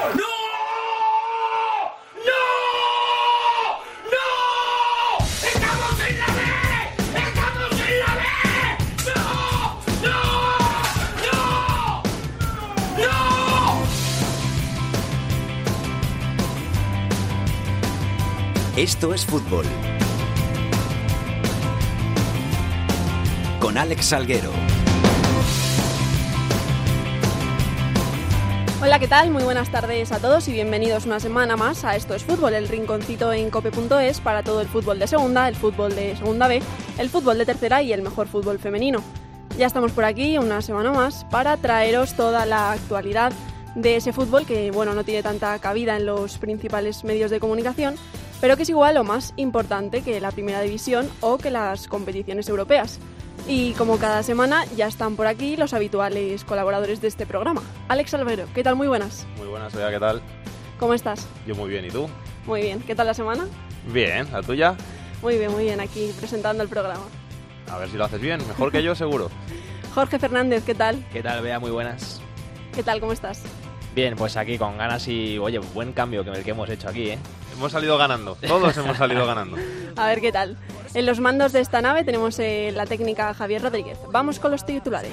Esto es fútbol. Con Alex Salguero. Hola, ¿qué tal? Muy buenas tardes a todos y bienvenidos una semana más a Esto es Fútbol, el rinconcito en cope.es para todo el fútbol de segunda, el fútbol de segunda B, el fútbol de tercera y el mejor fútbol femenino. Ya estamos por aquí una semana más para traeros toda la actualidad de ese fútbol que, bueno, no tiene tanta cabida en los principales medios de comunicación, pero que es igual o más importante que la primera división o que las competiciones europeas. Y como cada semana ya están por aquí los habituales colaboradores de este programa. Alex Salguero, ¿qué tal? Muy buenas. Muy buenas, Bea, ¿qué tal? ¿Cómo estás? Yo muy bien, ¿y tú? Muy bien, ¿qué tal la semana? Bien, ¿la tuya? Muy bien, aquí presentando el programa. A ver si lo haces bien, mejor que yo seguro. Jorge Fernández, ¿qué tal? ¿Qué tal, Bea? Muy buenas. ¿Qué tal? ¿Cómo estás? Bien, pues aquí con ganas y, oye, buen cambio que el que hemos hecho aquí, ¿eh? Hemos salido ganando, todos hemos salido ganando. A ver qué tal. En los mandos de esta nave tenemos la técnica Javier Rodríguez. Vamos con los titulares.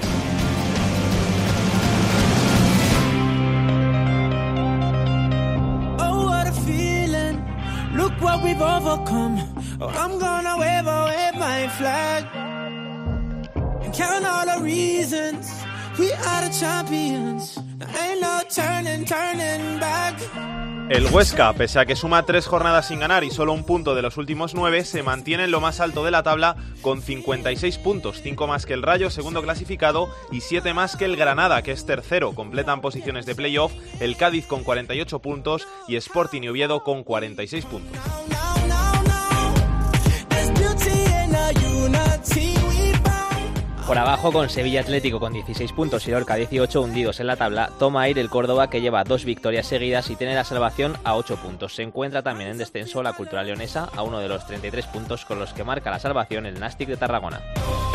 Oh, what a feeling. Look what we've overcome. Oh, I'm gonna wave my flag. And count all the reasons we are the champions. There ain't no turning back. El Huesca, pese a que suma 3 jornadas sin ganar y solo un punto de los últimos 9, se mantiene en lo más alto de la tabla con 56 puntos, 5 más que el Rayo, segundo clasificado, y 7 más que el Granada, que es tercero. Completan posiciones de playoff el Cádiz con 48 puntos y Sporting y Oviedo con 46 puntos. Por abajo, con Sevilla Atlético con 16 puntos y Lorca 18 hundidos en la tabla, toma aire el Córdoba, que lleva 2 victorias seguidas y tiene la salvación a 8 puntos. Se encuentra también en descenso la Cultural Leonesa a uno de los 33 puntos con los que marca la salvación el Nástic de Tarragona.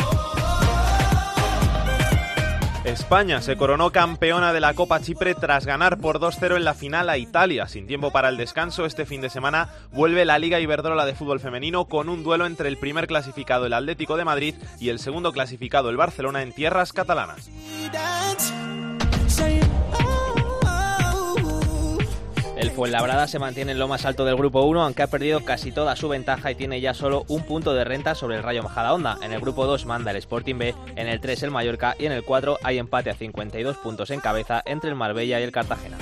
España se coronó campeona de la Copa Chipre tras ganar por 2-0 en la final a Italia. Sin tiempo para el descanso, este fin de semana vuelve la Liga Iberdrola de fútbol femenino con un duelo entre el primer clasificado, el Atlético de Madrid, y el segundo clasificado, el Barcelona, en tierras catalanas. El Fuenlabrada se mantiene en lo más alto del Grupo 1, aunque ha perdido casi toda su ventaja y tiene ya solo un punto de renta sobre el Rayo Majadahonda. En el Grupo 2 manda el Sporting B, en el 3 el Mallorca y en el 4 hay empate a 52 puntos en cabeza entre el Marbella y el Cartagena.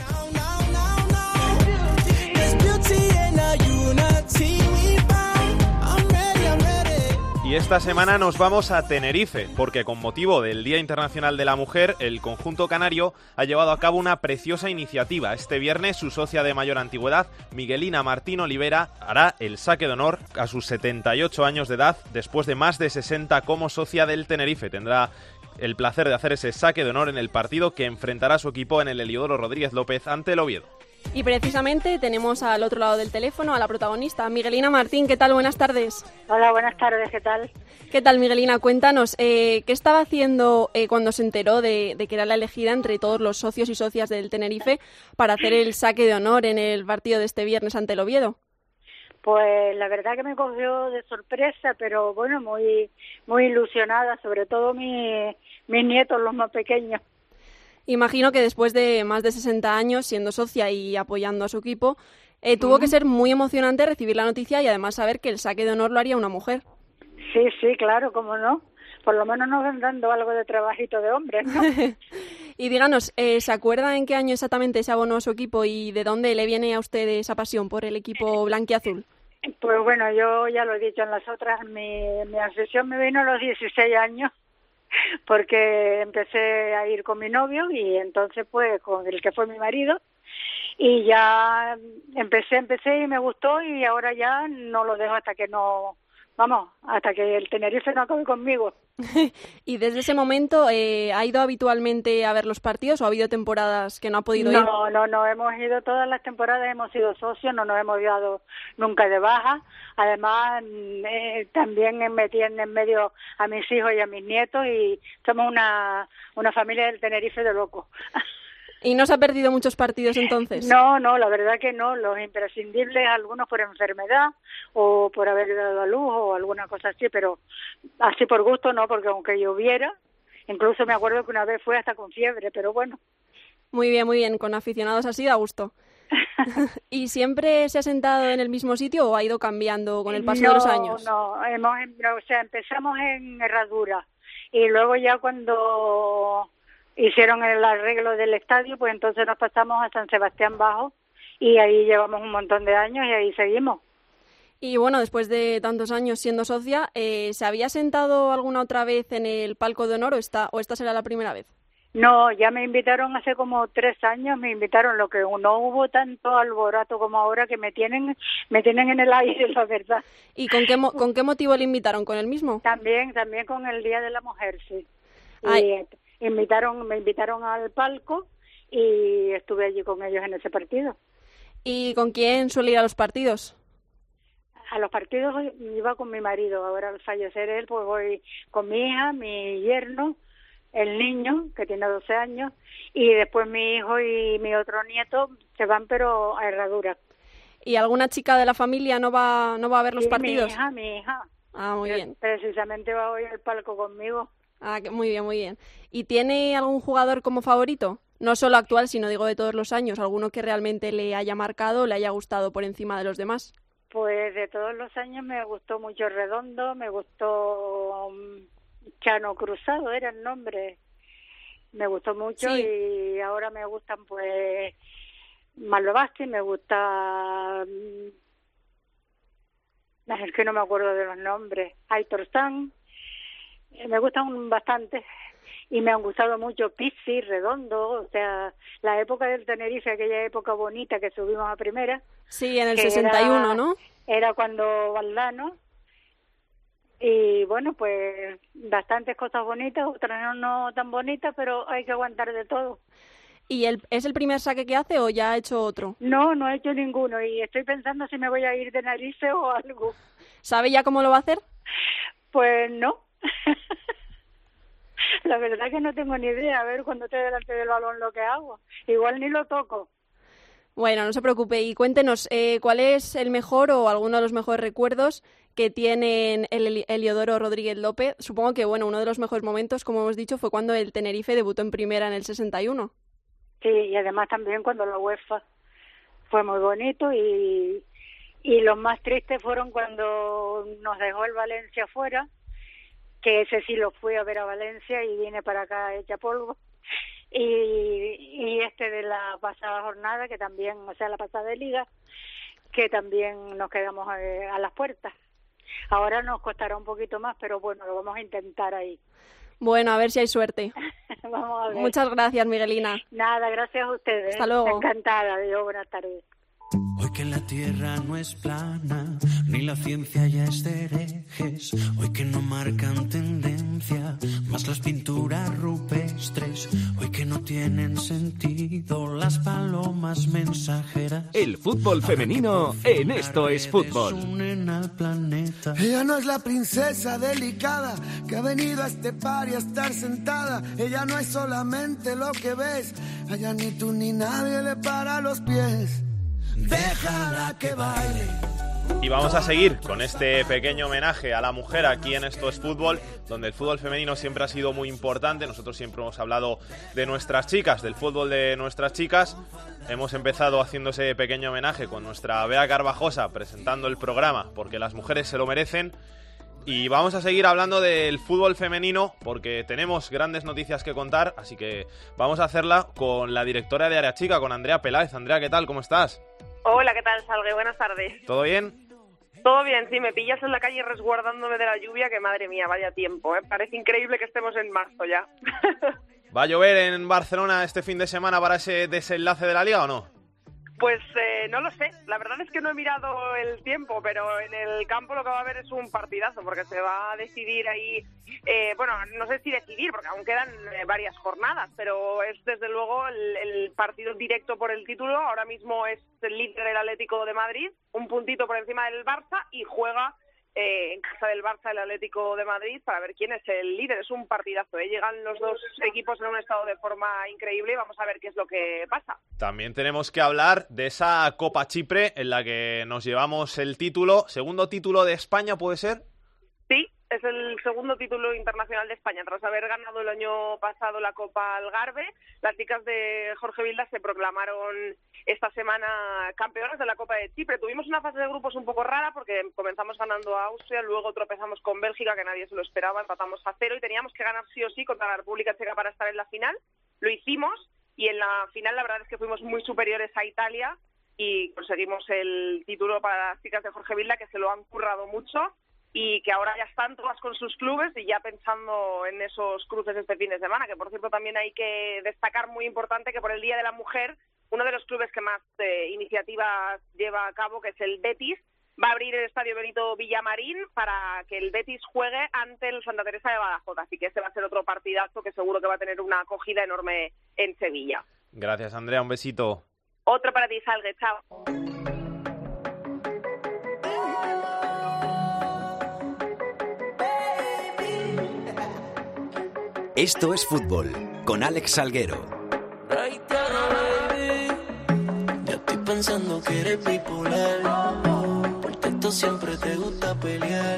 Y esta semana nos vamos a Tenerife, porque con motivo del Día Internacional de la Mujer, el conjunto canario ha llevado a cabo una preciosa iniciativa. Este viernes, su socia de mayor antigüedad, Miguelina Martín Olivera, hará el saque de honor a sus 78 años de edad, después de más de 60 como socia del Tenerife. Tendrá el placer de hacer ese saque de honor en el partido que enfrentará a su equipo en el Heliodoro Rodríguez López ante el Oviedo. Y precisamente tenemos al otro lado del teléfono a la protagonista, Miguelina Martín. ¿Qué tal? Buenas tardes. Hola, buenas tardes, ¿qué tal? ¿Qué tal, Miguelina? Cuéntanos, ¿qué estaba haciendo cuando se enteró de que era la elegida entre todos los socios y socias del Tenerife para hacer el saque de honor en el partido de este viernes ante el Oviedo? Pues la verdad que me cogió de sorpresa, pero bueno, muy ilusionada, sobre todo mis nietos, los más pequeños. Imagino que después de más de 60 años siendo socia y apoyando a su equipo, tuvo que ser muy emocionante recibir la noticia y además saber que el saque de honor lo haría una mujer. Sí, claro, cómo no. Por lo menos nos van dando algo de trabajito de hombres, ¿no? Y díganos, ¿se acuerda en qué año exactamente se abonó a su equipo y de dónde le viene a usted esa pasión por el equipo blanquiazul? Pues bueno, yo ya lo he dicho en las otras, mi afición me vino a los 16 años. Porque empecé a ir con mi novio y entonces pues con el que fue mi marido y ya empecé y me gustó y ahora ya no lo dejo hasta que el Tenerife no acabe conmigo. ¿Y desde ese momento ha ido habitualmente a ver los partidos o ha habido temporadas que no ha podido ir? No, hemos ido todas las temporadas, hemos sido socios, no nos hemos dado nunca de baja. Además, también me tienen en medio a mis hijos y a mis nietos y somos una familia del Tenerife de locos. ¿Y no se ha perdido muchos partidos entonces? No, la verdad que no. Los imprescindibles, algunos por enfermedad o por haber dado a luz o alguna cosa así, pero así por gusto no, porque aunque lloviera, incluso me acuerdo que una vez fue hasta con fiebre, pero bueno. Muy bien, con aficionados así da gusto. ¿Y siempre se ha sentado en el mismo sitio o ha ido cambiando con el paso de los años? No, empezamos en Herradura y luego ya cuando hicieron el arreglo del estadio, pues entonces nos pasamos a San Sebastián Bajo y ahí llevamos un montón de años y ahí seguimos. Y bueno, después de tantos años siendo socia, ¿se había sentado alguna otra vez en el palco de honor o esta será la primera vez? No, ya me invitaron hace como 3 años, lo que no hubo tanto alboroto como ahora, que me tienen en el aire, la verdad. ¿Y con qué motivo le invitaron? ¿Con el mismo? También con el Día de la Mujer, sí. Ay. Y me invitaron al palco y estuve allí con ellos en ese partido. ¿Y con quién suele ir a los partidos? A los partidos iba con mi marido, ahora al fallecer él, pues voy con mi hija, mi yerno, el niño, que tiene 12 años, y después mi hijo y mi otro nieto se van, pero a Herradura. ¿Y alguna chica de la familia no va a ver los partidos? Mi hija. Ah, muy bien. Precisamente va hoy al palco conmigo. Ah, muy bien. ¿Y tiene algún jugador como favorito? No solo actual, sino digo de todos los años, alguno que realmente le haya marcado o le haya gustado por encima de los demás. Pues de todos los años me gustó mucho Redondo, me gustó Chano Cruzado, era el nombre. Me gustó mucho, sí. Y ahora me gustan pues Marlo Basti, me gusta... es que no me acuerdo de los nombres. Aitor San, me gustan bastante. Y me han gustado mucho Pizzi, Redondo, o sea, la época del Tenerife, aquella época bonita que subimos a primera. Sí, en el 61, ¿no? Era cuando Valdano. Y bueno, pues bastantes cosas bonitas, otras no tan bonitas, pero hay que aguantar de todo. ¿Y es el primer saque que hace o ya ha hecho otro? No he hecho ninguno y estoy pensando si me voy a ir de Tenerife o algo. ¿Sabe ya cómo lo va a hacer? Pues no. La verdad que no tengo ni idea, a ver cuando esté delante del balón lo que hago. Igual ni lo toco. Bueno, no se preocupe y cuéntenos, ¿cuál es el mejor o alguno de los mejores recuerdos que tienen el Heliodoro Rodríguez López? Supongo que, bueno, uno de los mejores momentos, como hemos dicho, fue cuando el Tenerife debutó en primera en el 61. Sí, y además también cuando la UEFA fue muy bonito y los más tristes fueron cuando nos dejó el Valencia fuera, que ese sí lo fui a ver a Valencia y vine para acá hecha polvo. Y este de la pasada jornada, que también, o sea, la pasada de liga, que también nos quedamos a las puertas. Ahora nos costará un poquito más, pero bueno, lo vamos a intentar ahí. Bueno, a ver si hay suerte. Vamos a ver. Muchas gracias, Miguelina. Nada, gracias a ustedes. Hasta luego. Encantada, adiós, buenas tardes. Hoy que la tierra no es plana, ni la ciencia ya es de herejes, hoy que no marcan tendencia, más las pinturas rupestres, hoy que no tienen sentido las palomas mensajeras. El fútbol femenino en Esto es Fútbol. Ella no es la princesa delicada que ha venido a este par y a estar sentada. Ella no es solamente lo que ves, allá ni tú ni nadie le para los pies. Déjala que baile. Y vamos a seguir con este pequeño homenaje a la mujer aquí en Esto es Fútbol, donde el fútbol femenino siempre ha sido muy importante. Nosotros siempre hemos hablado de nuestras chicas, del fútbol de nuestras chicas. Hemos empezado haciendo ese pequeño homenaje con nuestra Bea Carvajosa presentando el programa Porque las mujeres se lo merecen. Y vamos a seguir hablando del fútbol femenino porque tenemos grandes noticias que contar, así que vamos a hacerla con la directora de Área Chica, con Andrea Peláez. Andrea, ¿qué tal? ¿Cómo estás? Hola, ¿qué tal, Salgue? Buenas tardes. ¿Todo bien? Todo bien, sí, me pillas en la calle resguardándome de la lluvia, que madre mía, vaya tiempo, ¿eh? Parece increíble que estemos en marzo ya. ¿Va a llover en Barcelona este fin de semana para ese desenlace de la Liga o no? Pues no lo sé, la verdad es que no he mirado el tiempo, pero en el campo lo que va a haber es un partidazo, porque se va a decidir ahí, bueno, no sé si decidir, porque aún quedan varias jornadas, pero es desde luego el partido directo por el título. Ahora mismo es el líder del Atlético de Madrid, un puntito por encima del Barça, y juega en casa del Barça, el Atlético de Madrid, para ver quién es el líder. Es un partidazo, Llegan los dos equipos en un estado de forma increíble y vamos a ver qué es lo que pasa. También tenemos que hablar de esa Copa Chipre en la que nos llevamos el título. ¿Segundo título de España puede ser? Sí, es el segundo título internacional de España. Tras haber ganado el año pasado la Copa Algarve, las chicas de Jorge Vilda se proclamaron esta semana campeonas de la Copa de Chipre. Tuvimos una fase de grupos un poco rara porque comenzamos ganando a Austria, luego tropezamos con Bélgica, que nadie se lo esperaba, empatamos a 0 y teníamos que ganar sí o sí contra la República Checa para estar en la final. Lo hicimos y en la final la verdad es que fuimos muy superiores a Italia y conseguimos el título para las chicas de Jorge Vilda, que se lo han currado mucho y que ahora ya están todas con sus clubes y ya pensando en esos cruces este fin de semana, que por cierto también hay que destacar, muy importante, que por el Día de la Mujer, uno de los clubes que más iniciativas lleva a cabo, que es el Betis, va a abrir el Estadio Benito Villamarín para que el Betis juegue ante el Santa Teresa de Badajoz, así que este va a ser otro partidazo que seguro que va a tener una acogida enorme en Sevilla. Gracias, Andrea, un besito. Otro para ti, Salgue, chao. Esto es Fútbol, con Alex Salguero. Ya estoy pensando que eres bipolar, por texto siempre te gusta pelear.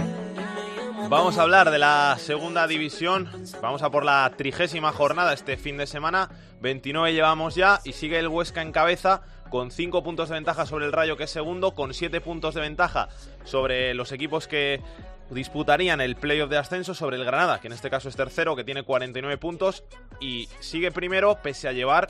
Vamos a hablar de la segunda división. Vamos a por la 30ª jornada este fin de semana. 29 llevamos ya y sigue el Huesca en cabeza con 5 puntos de ventaja sobre el Rayo, que es segundo, con 7 puntos de ventaja sobre los equipos que disputarían el playoff de ascenso, sobre el Granada, que en este caso es tercero, que tiene 49 puntos y sigue primero pese a llevar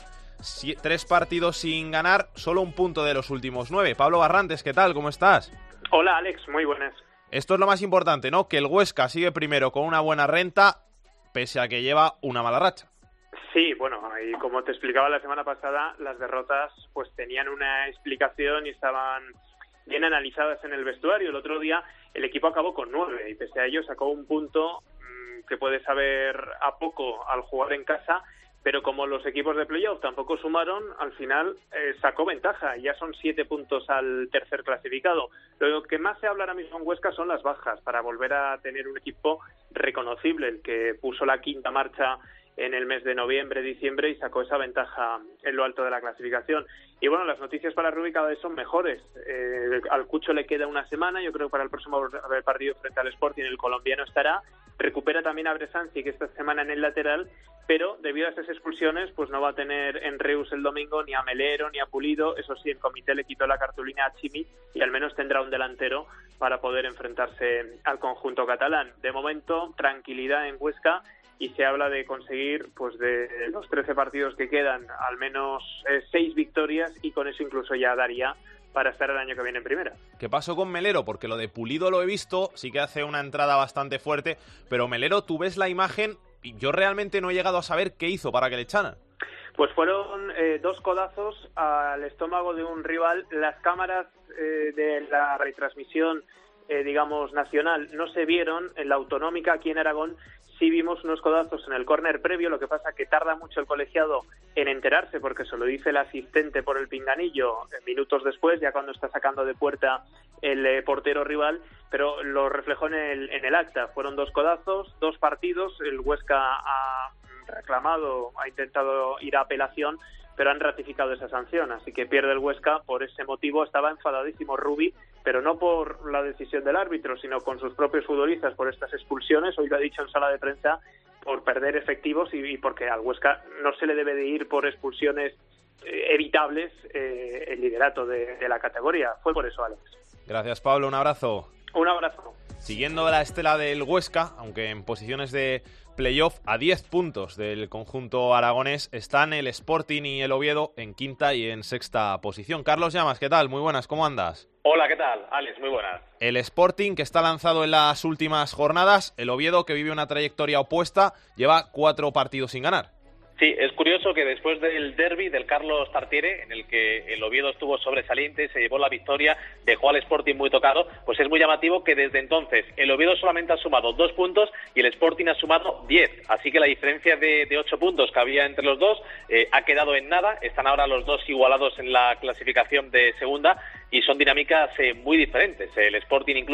3 partidos sin ganar, solo un punto de los últimos 9. Pablo Barrantes, ¿qué tal? ¿Cómo estás? Hola, Alex, muy buenas. Esto es lo más importante, ¿no? Que el Huesca sigue primero con una buena renta, pese a que lleva una mala racha. Sí, bueno, y como te explicaba la semana pasada, las derrotas pues tenían una explicación y estaban bien analizadas en el vestuario. El otro día el equipo acabó con 9 y pese a ello sacó un punto que puede saber a poco al jugar en casa, pero como los equipos de playoff tampoco sumaron, al final sacó ventaja. Ya son 7 puntos al tercer clasificado. Lo que más se habla ahora mismo en Huesca son las bajas, para volver a tener un equipo reconocible, el que puso la quinta marcha en el mes de noviembre, diciembre, y sacó esa ventaja en lo alto de la clasificación. Y bueno, las noticias para Rubí cada vez son mejores. Al Cucho le queda una semana, yo creo que para el próximo partido frente al Sporting el colombiano estará. Recupera también a Bresanzi, que esta semana en el lateral, pero debido a esas expulsiones pues no va a tener en Reus el domingo ni a Melero ni a Pulido. Eso sí, el comité le quitó la cartulina a Chimi y al menos tendrá un delantero para poder enfrentarse al conjunto catalán. De momento, tranquilidad en Huesca, y se habla de conseguir, pues de los 13 partidos que quedan, al menos 6 victorias, y con eso incluso ya daría para estar el año que viene en primera. ¿Qué pasó con Melero? Porque lo de Pulido lo he visto, sí que hace una entrada bastante fuerte, pero Melero, tú ves la imagen y yo realmente no he llegado a saber qué hizo para que le echaran. Pues fueron 2 codazos al estómago de un rival. Las cámaras de la retransmisión, digamos, nacional no se vieron. En la autonómica aquí en Aragón sí vimos unos codazos en el córner previo. Lo que pasa que tarda mucho el colegiado en enterarse, porque se lo dice el asistente por el pinganillo minutos después, ya cuando está sacando de puerta el portero rival, pero lo reflejó en el acta. Fueron 2 codazos, 2 partidos. El Huesca ha reclamado, ha intentado ir a apelación, pero han ratificado esa sanción, así que pierde el Huesca. Por ese motivo estaba enfadadísimo Rubí, pero no por la decisión del árbitro, sino con sus propios futbolistas por estas expulsiones. Hoy lo ha dicho en sala de prensa, por perder efectivos y porque al Huesca no se le debe de ir por expulsiones evitables el liderato de la categoría. Fue por eso, Alex. Gracias, Pablo, un abrazo. Un abrazo. Siguiendo la estela del Huesca, aunque en posiciones de playoff, a 10 puntos del conjunto aragonés están el Sporting y el Oviedo en quinta y en sexta posición. Carlos Llamas, ¿qué tal? Muy buenas, ¿cómo andas? Hola, ¿qué tal? Alex, muy buenas. El Sporting, que está lanzado en las últimas jornadas, el Oviedo, que vive una trayectoria opuesta, lleva 4 partidos sin ganar. Sí, es curioso que después del derbi del Carlos Tartiere, en el que el Oviedo estuvo sobresaliente, se llevó la victoria, dejó al Sporting muy tocado, pues es muy llamativo que desde entonces el Oviedo solamente ha sumado 2 puntos y el Sporting ha sumado 10, así que la diferencia de 8 puntos que había entre los dos ha quedado en nada. Están ahora los dos igualados en la clasificación de segunda y son dinámicas muy diferentes. El Sporting incluso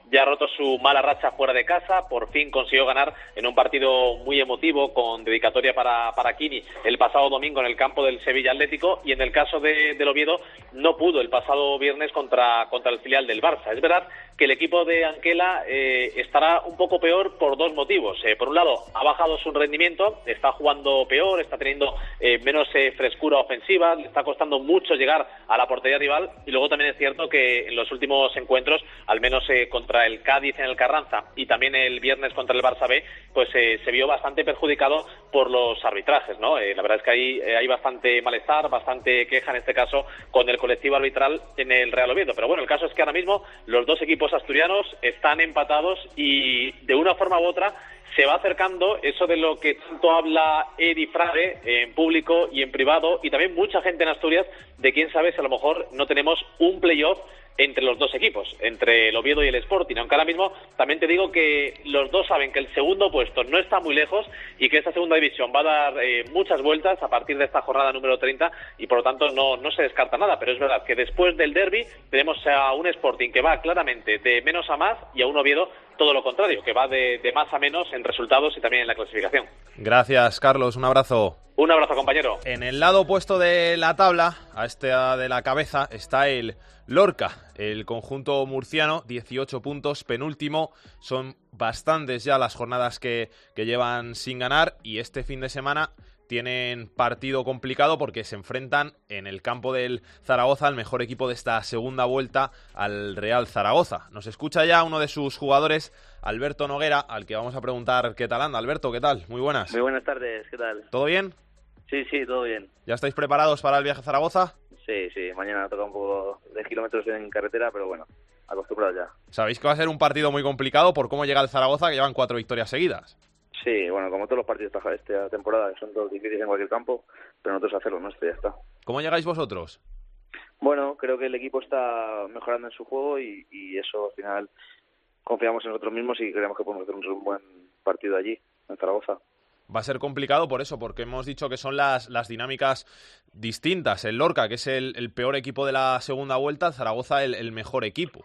ya ha roto su mala racha fuera de casa, por fin consiguió ganar en un partido muy emotivo con dedicatoria para Kini el pasado domingo en el campo del Sevilla Atlético, y en el caso del Oviedo no pudo el pasado viernes contra el filial del Barça. Es verdad que el equipo de Anquela estará un poco peor por dos motivos. Por un lado, ha bajado su rendimiento, está jugando peor, está teniendo menos frescura ofensiva, le está costando mucho llegar a la portería rival, y luego también es cierto que en los últimos encuentros, al menos contra el Cádiz en el Carranza y también el viernes contra el Barça B, pues se vio bastante perjudicado por los arbitrajes, ¿no? La verdad es que hay bastante malestar, bastante queja en este caso con el colectivo arbitral en el Real Oviedo. Pero bueno, el caso es que ahora mismo los dos equipos asturianos están empatados y de una forma u otra se va acercando eso de lo que tanto habla Edi Frade en público y en privado, y también mucha gente en Asturias, de quién sabe si a lo mejor no tenemos un playoff entre los dos equipos, entre el Oviedo y el Sporting, aunque ahora mismo también te digo que los dos saben que el segundo puesto no está muy lejos y que esta segunda división va a dar muchas vueltas a partir de esta jornada número 30, y por lo tanto no se descarta nada. Pero es verdad que después del derbi tenemos a un Sporting que va claramente de menos a más, y a un Oviedo todo lo contrario, que va de más a menos en resultados y también en la clasificación. Gracias, Carlos, un abrazo. Un abrazo, compañero. En el lado opuesto de la tabla, a este de la cabeza, está el Lorca, el conjunto murciano, 18 puntos, penúltimo. Son bastantes ya las jornadas que llevan sin ganar, y este fin de semana tienen partido complicado porque se enfrentan en el campo del Zaragoza, el mejor equipo de esta segunda vuelta, al Real Zaragoza. Nos escucha ya uno de sus jugadores, Alberto Noguera, al que vamos a preguntar qué tal anda. Alberto, ¿qué tal? Muy buenas. Muy buenas tardes, ¿qué tal? ¿Todo bien? Sí, todo bien. ¿Ya estáis preparados para el viaje a Zaragoza? Sí, mañana toca un poco de kilómetros en carretera, pero bueno, acostumbrados ya. Sabéis que va a ser un partido muy complicado por cómo llega el Zaragoza, que llevan 4 victorias seguidas. Sí, bueno, como todos los partidos esta temporada, que son todos difíciles en cualquier campo, pero nosotros hacer lo nuestro y ya está. ¿Cómo llegáis vosotros? Bueno, creo que el equipo está mejorando en su juego y eso al final confiamos en nosotros mismos y creemos que podemos hacer un buen partido allí, en Zaragoza. Va a ser complicado por eso, porque hemos dicho que son las dinámicas distintas. El Lorca, que es el peor equipo de la segunda vuelta, Zaragoza el mejor equipo.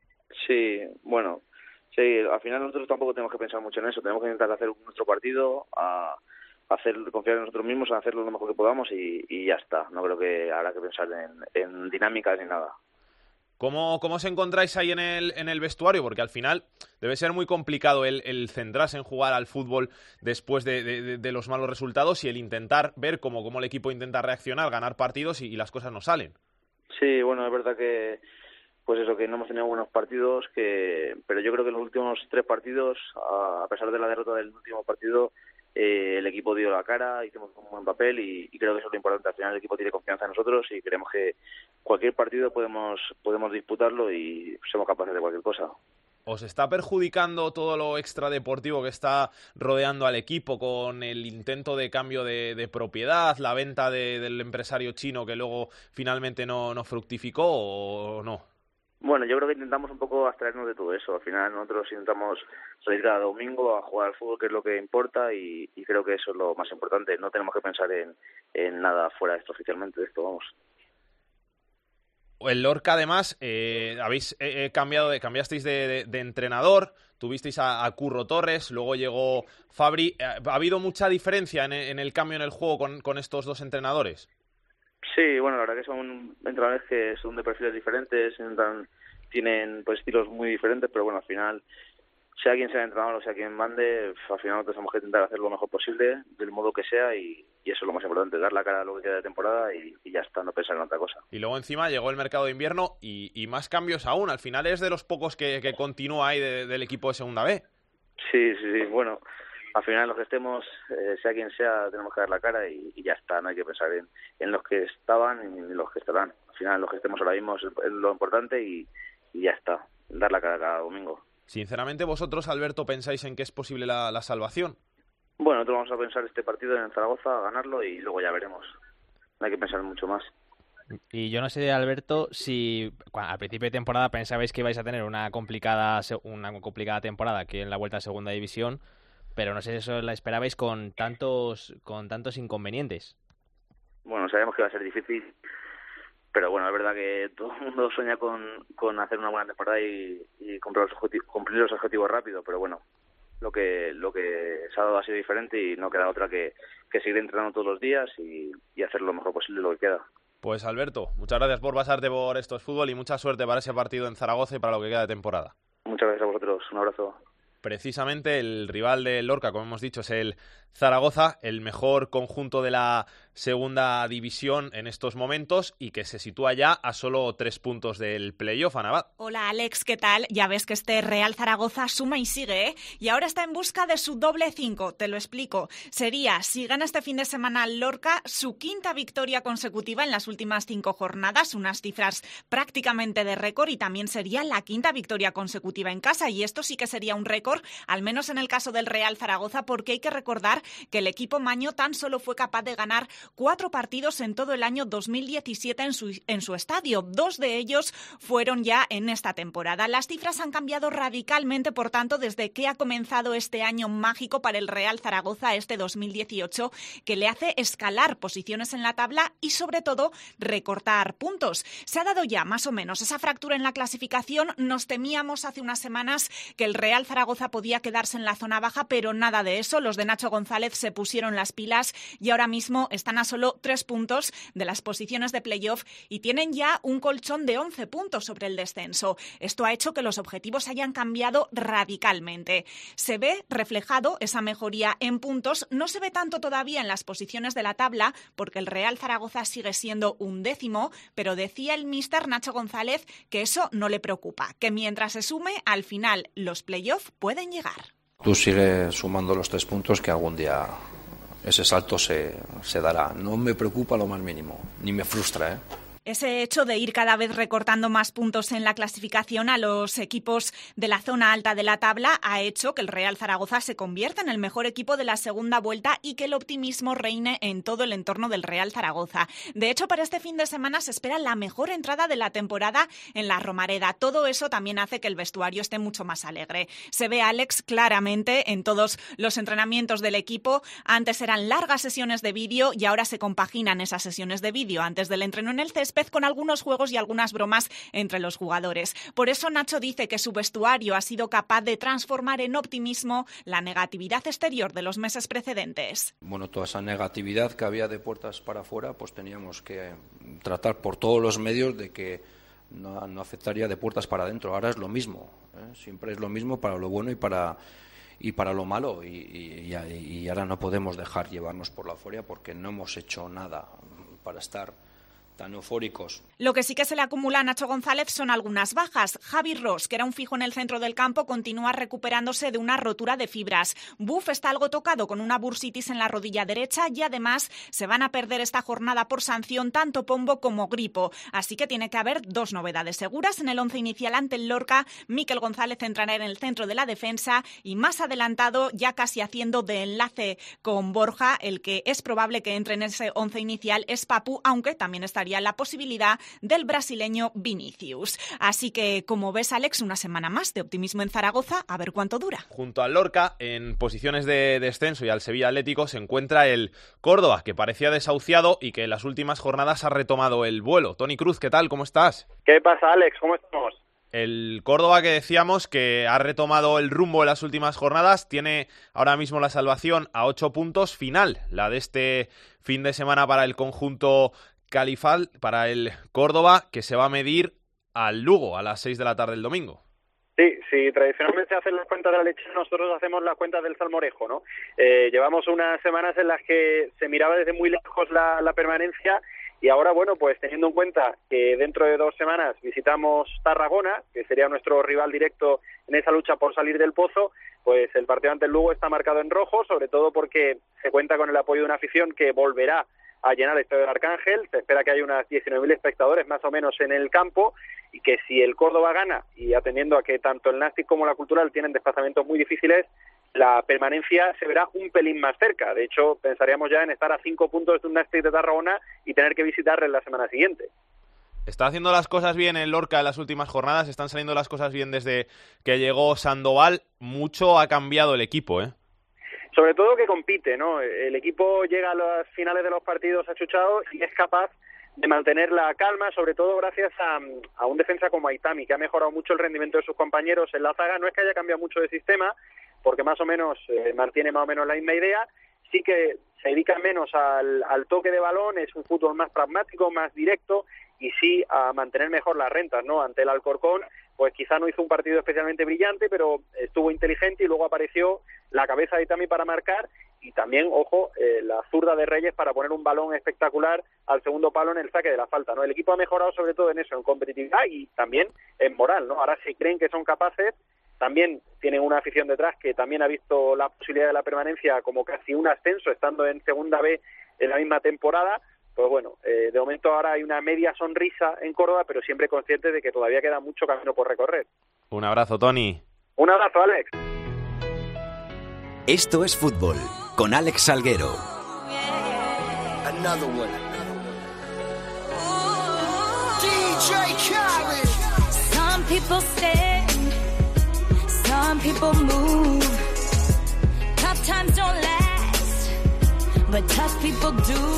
Sí, bueno, sí, al final nosotros tampoco tenemos que pensar mucho en eso. Tenemos que intentar hacer nuestro partido, confiar en nosotros mismos, a hacerlo lo mejor que podamos y ya está. No creo que habrá que pensar en dinámicas ni nada. ¿Cómo os encontráis ahí en el vestuario? Porque al final debe ser muy complicado el centrarse en jugar al fútbol después de los malos resultados y el intentar ver cómo el equipo intenta reaccionar, ganar partidos y las cosas no salen. Sí, bueno, es verdad que pues eso, que no hemos tenido buenos partidos, pero yo creo que en los últimos 3 partidos, a pesar de la derrota del último partido, el equipo dio la cara, hicimos un buen papel y creo que eso es lo importante. Al final el equipo tiene confianza en nosotros y creemos que cualquier partido podemos disputarlo y somos capaces de cualquier cosa. ¿Os está perjudicando todo lo extradeportivo que está rodeando al equipo con el intento de cambio de propiedad, la venta del empresario chino que luego finalmente no fructificó o no? Bueno, yo creo que intentamos un poco abstraernos de todo eso. Al final nosotros intentamos salir cada domingo a jugar al fútbol, que es lo que importa, y creo que eso es lo más importante. No tenemos que pensar en nada fuera de esto oficialmente, de esto, vamos. El Lorca, además, habéis cambiasteis de entrenador, tuvisteis a Curro Torres, luego llegó Fabri. ¿Ha habido mucha diferencia en el cambio en el juego con estos dos entrenadores? Sí, bueno, la verdad que son entrenadores que son de perfiles diferentes, tienen pues estilos muy diferentes, pero bueno, al final, sea quien sea el entrenador o sea quien mande, al final nosotros tenemos que intentar hacer lo mejor posible, del modo que sea, y eso es lo más importante, dar la cara a lo que queda de temporada y ya está, no pensar en otra cosa. Y luego encima llegó el mercado de invierno y más cambios aún, al final es de los pocos que continúa ahí del equipo de Segunda B. Sí, bueno, al final los que estemos, sea quien sea, tenemos que dar la cara y ya está, no hay que pensar en los que estaban ni en los que estarán. Al final los que estemos ahora mismo es lo importante y ya está, dar la cara cada domingo. Sinceramente, ¿vosotros, Alberto, pensáis en que es posible la salvación? Bueno, nosotros vamos a pensar este partido en Zaragoza, a ganarlo y luego ya veremos. No hay que pensar mucho más. Y yo no sé, Alberto, si al principio de temporada pensabais que ibais a tener una complicada temporada aquí en la Vuelta a Segunda División, pero no sé si eso la esperabais con tantos inconvenientes. Bueno, sabíamos que iba a ser difícil, bueno, es verdad que todo el mundo sueña con hacer una buena temporada y cumplir los objetivos rápido, pero bueno, lo que se ha dado ha sido diferente y no queda otra que seguir entrenando todos los días y hacer lo mejor posible lo que queda. Pues Alberto, muchas gracias por pasarte por Esto es Fútbol y mucha suerte para ese partido en Zaragoza y para lo que queda de temporada. Muchas gracias a vosotros, un abrazo. Precisamente el rival del Lorca, como hemos dicho, es el Zaragoza, el mejor conjunto de la segunda división en estos momentos y que se sitúa ya a solo 3 puntos del playoff. Anabad. Hola Alex, ¿qué tal? Ya ves que este Real Zaragoza suma y sigue, ¿eh? Y ahora está en busca de su doble 5, te lo explico. Sería, si gana este fin de semana el Lorca, su 5ª victoria consecutiva en las últimas 5 jornadas, unas cifras prácticamente de récord, y también sería la 5ª victoria consecutiva en casa, y esto sí que sería un récord, al menos en el caso del Real Zaragoza, porque hay que recordar que el equipo maño tan solo fue capaz de ganar 4 partidos en todo el año 2017 en su estadio. 2 de ellos fueron ya en esta temporada. Las cifras han cambiado radicalmente, por tanto, desde que ha comenzado este año mágico para el Real Zaragoza, este 2018, que le hace escalar posiciones en la tabla y, sobre todo, recortar puntos. Se ha dado ya, más o menos, esa fractura en la clasificación. Nos temíamos hace unas semanas que el Real Zaragoza podía quedarse en la zona baja, pero nada de eso. Los de Nacho González se pusieron las pilas y ahora mismo están a solo 3 puntos de las posiciones de playoff y tienen ya un colchón de 11 puntos sobre el descenso. Esto ha hecho que los objetivos hayan cambiado radicalmente. Se ve reflejado esa mejoría en puntos, no se ve tanto todavía en las posiciones de la tabla porque el Real Zaragoza sigue siendo 11º, pero decía el míster Nacho González que eso no le preocupa, que mientras se sume, al final los playoff pueden llegar. Tú sigues sumando los 3 puntos que algún día ese salto se dará. No me preocupa lo más mínimo, ni me frustra, ¿eh? Ese hecho de ir cada vez recortando más puntos en la clasificación a los equipos de la zona alta de la tabla ha hecho que el Real Zaragoza se convierta en el mejor equipo de la segunda vuelta y que el optimismo reine en todo el entorno del Real Zaragoza. De hecho, para este fin de semana se espera la mejor entrada de la temporada en la Romareda. Todo eso también hace que el vestuario esté mucho más alegre. Se ve a Alex claramente en todos los entrenamientos del equipo. Antes eran largas sesiones de vídeo y ahora se compaginan esas sesiones de vídeo antes del entreno en el césped con algunos juegos y algunas bromas entre los jugadores. Por eso Nacho dice que su vestuario ha sido capaz de transformar en optimismo la negatividad exterior de los meses precedentes. Bueno, toda esa negatividad que había de puertas para afuera, pues teníamos que tratar por todos los medios de que no afectaría de puertas para adentro. Ahora es lo mismo, ¿eh? Siempre es lo mismo para lo bueno y para lo malo y ahora no podemos dejar llevarnos por la euforia porque no hemos hecho nada para estar tan eufóricos. Lo que sí que se le acumula a Nacho González son algunas bajas. Javi Ross, que era un fijo en el centro del campo, continúa recuperándose de una rotura de fibras. Buff está algo tocado con una bursitis en la rodilla derecha y además se van a perder esta jornada por sanción tanto Pombo como Gripo. Así que tiene que haber 2 novedades seguras. En el 11 inicial ante el Lorca, Mikel González entrará en el centro de la defensa y más adelantado, ya casi haciendo de enlace con Borja, el que es probable que entre en ese 11 inicial es Papu, aunque también estaría la posibilidad del brasileño Vinicius. Así que, como ves, Alex, una semana más de optimismo en Zaragoza, a ver cuánto dura. Junto al Lorca, en posiciones de descenso y al Sevilla Atlético, se encuentra el Córdoba, que parecía desahuciado y que en las últimas jornadas ha retomado el vuelo. Toni Cruz, ¿qué tal? ¿Cómo estás? ¿Qué pasa, Alex? ¿Cómo estamos? El Córdoba, que decíamos que ha retomado el rumbo en las últimas jornadas, tiene ahora mismo la salvación a 8 puntos, final, la de este fin de semana para el conjunto califal, para el Córdoba, que se va a medir al Lugo a las 6 de la tarde el domingo. Sí, tradicionalmente se hacen las cuentas de la leche, nosotros hacemos las cuentas del salmorejo, ¿no? Llevamos unas semanas en las que se miraba desde muy lejos la permanencia y ahora, bueno, pues teniendo en cuenta que dentro de 2 semanas visitamos Tarragona, que sería nuestro rival directo en esa lucha por salir del pozo, pues el partido ante el Lugo está marcado en rojo, sobre todo porque se cuenta con el apoyo de una afición que volverá a llenar el Estadio del Arcángel. Se espera que haya unas 19.000 espectadores más o menos en el campo y que si el Córdoba gana, y atendiendo a que tanto el Nastic como la Cultural tienen desplazamientos muy difíciles, la permanencia se verá un pelín más cerca. De hecho, pensaríamos ya en estar a 5 puntos de un Nastic de Tarragona y tener que visitarle la semana siguiente. Está haciendo las cosas bien el Lorca en las últimas jornadas, están saliendo las cosas bien desde que llegó Sandoval. Mucho ha cambiado el equipo, ¿eh? Sobre todo que compite, ¿no? El equipo llega a las finales de los partidos achuchados y es capaz mantener la calma, sobre todo gracias a un defensa como Aitami, que ha mejorado mucho el rendimiento de sus compañeros en la zaga. No es que haya cambiado mucho de sistema, porque más o menos mantiene más o menos la misma idea, sí que se dedica menos al toque de balón, es un fútbol más pragmático, más directo, y sí a mantener mejor las rentas, ¿no? Ante el Alcorcón, pues quizá no hizo un partido especialmente brillante, pero estuvo inteligente, y luego apareció la cabeza de Aitami para marcar, y también, ojo, la zurda de Reyes para poner un balón espectacular al segundo palo en el saque de la falta, ¿no? El equipo ha mejorado sobre todo en eso, en competitividad y también en moral, ¿no? Ahora si creen que son capaces, también tienen una afición detrás que también ha visto la posibilidad de la permanencia como casi un ascenso, estando en segunda B en la misma temporada. Pues bueno, de momento ahora hay una media sonrisa en Córdoba, pero siempre conscientes de que todavía queda mucho camino por recorrer. Un abrazo, Tony. Un abrazo, Alex. Esto es Fútbol, con Alex Salguero. Another one. Some people stand, some people move. Tough times don't last, but tough people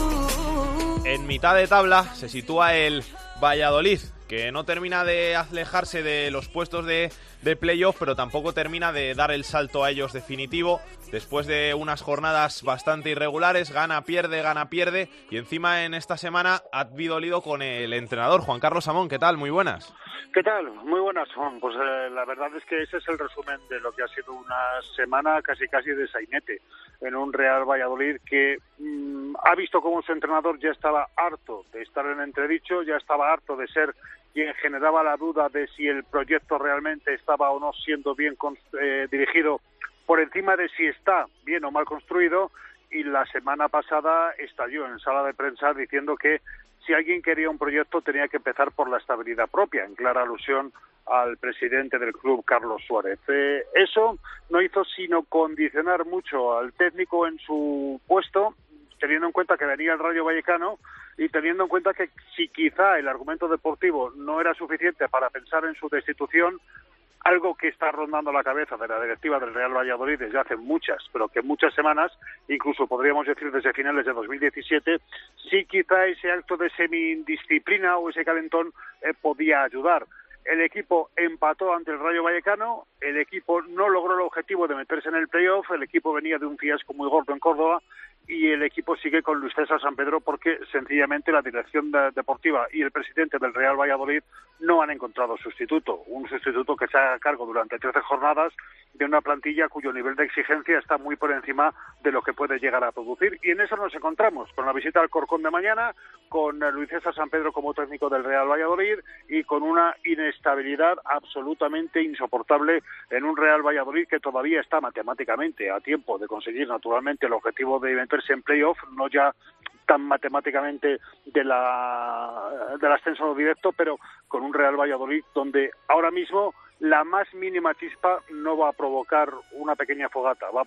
do. En mitad de tabla se sitúa el Valladolid, que no termina de alejarse de los puestos de playoff, pero tampoco termina de dar el salto a ellos definitivo. Después de unas jornadas bastante irregulares, gana, pierde, y encima en esta semana ha habido lío con el entrenador, Juan Carlos Amón. ¿Qué tal? Muy buenas. ¿Qué tal? Muy buenas, Juan. Pues la verdad es que ese es el resumen de lo que ha sido una semana casi de sainete en un Real Valladolid que ha visto cómo su entrenador ya estaba harto de estar en entredicho, ya estaba harto de ser quien generaba la duda de si el proyecto realmente estaba o no siendo bien dirigido, por encima de si está bien o mal construido, y la semana pasada estalló en sala de prensa diciendo que si alguien quería un proyecto tenía que empezar por la estabilidad propia, en clara alusión al presidente del club, Carlos Suárez. Eso no hizo sino condicionar mucho al técnico en su puesto, teniendo en cuenta que venía el Rayo Vallecano y teniendo en cuenta que si quizá el argumento deportivo no era suficiente para pensar en su destitución, algo que está rondando la cabeza de la directiva del Real Valladolid desde hace muchas semanas, incluso podríamos decir desde finales de 2017, sí quizá ese acto de semi-indisciplina o ese calentón podía ayudar. El equipo empató ante el Rayo Vallecano, el equipo no logró el objetivo de meterse en el playoff, el equipo venía de un fiasco muy gordo en Córdoba, y el equipo sigue con Luis César San Pedro porque sencillamente la dirección deportiva y el presidente del Real Valladolid no han encontrado sustituto, un sustituto que se haga cargo durante 13 jornadas de una plantilla cuyo nivel de exigencia está muy por encima de lo que puede llegar a producir, y en eso nos encontramos con la visita al Alcorcón de mañana, con Luis César San Pedro como técnico del Real Valladolid y con una inestabilidad absolutamente insoportable en un Real Valladolid que todavía está matemáticamente a tiempo de conseguir naturalmente el objetivo de meterse en playoff, no ya tan matemáticamente del ascenso directo, pero con un Real Valladolid donde ahora mismo la más mínima chispa no va a provocar una pequeña fogata, va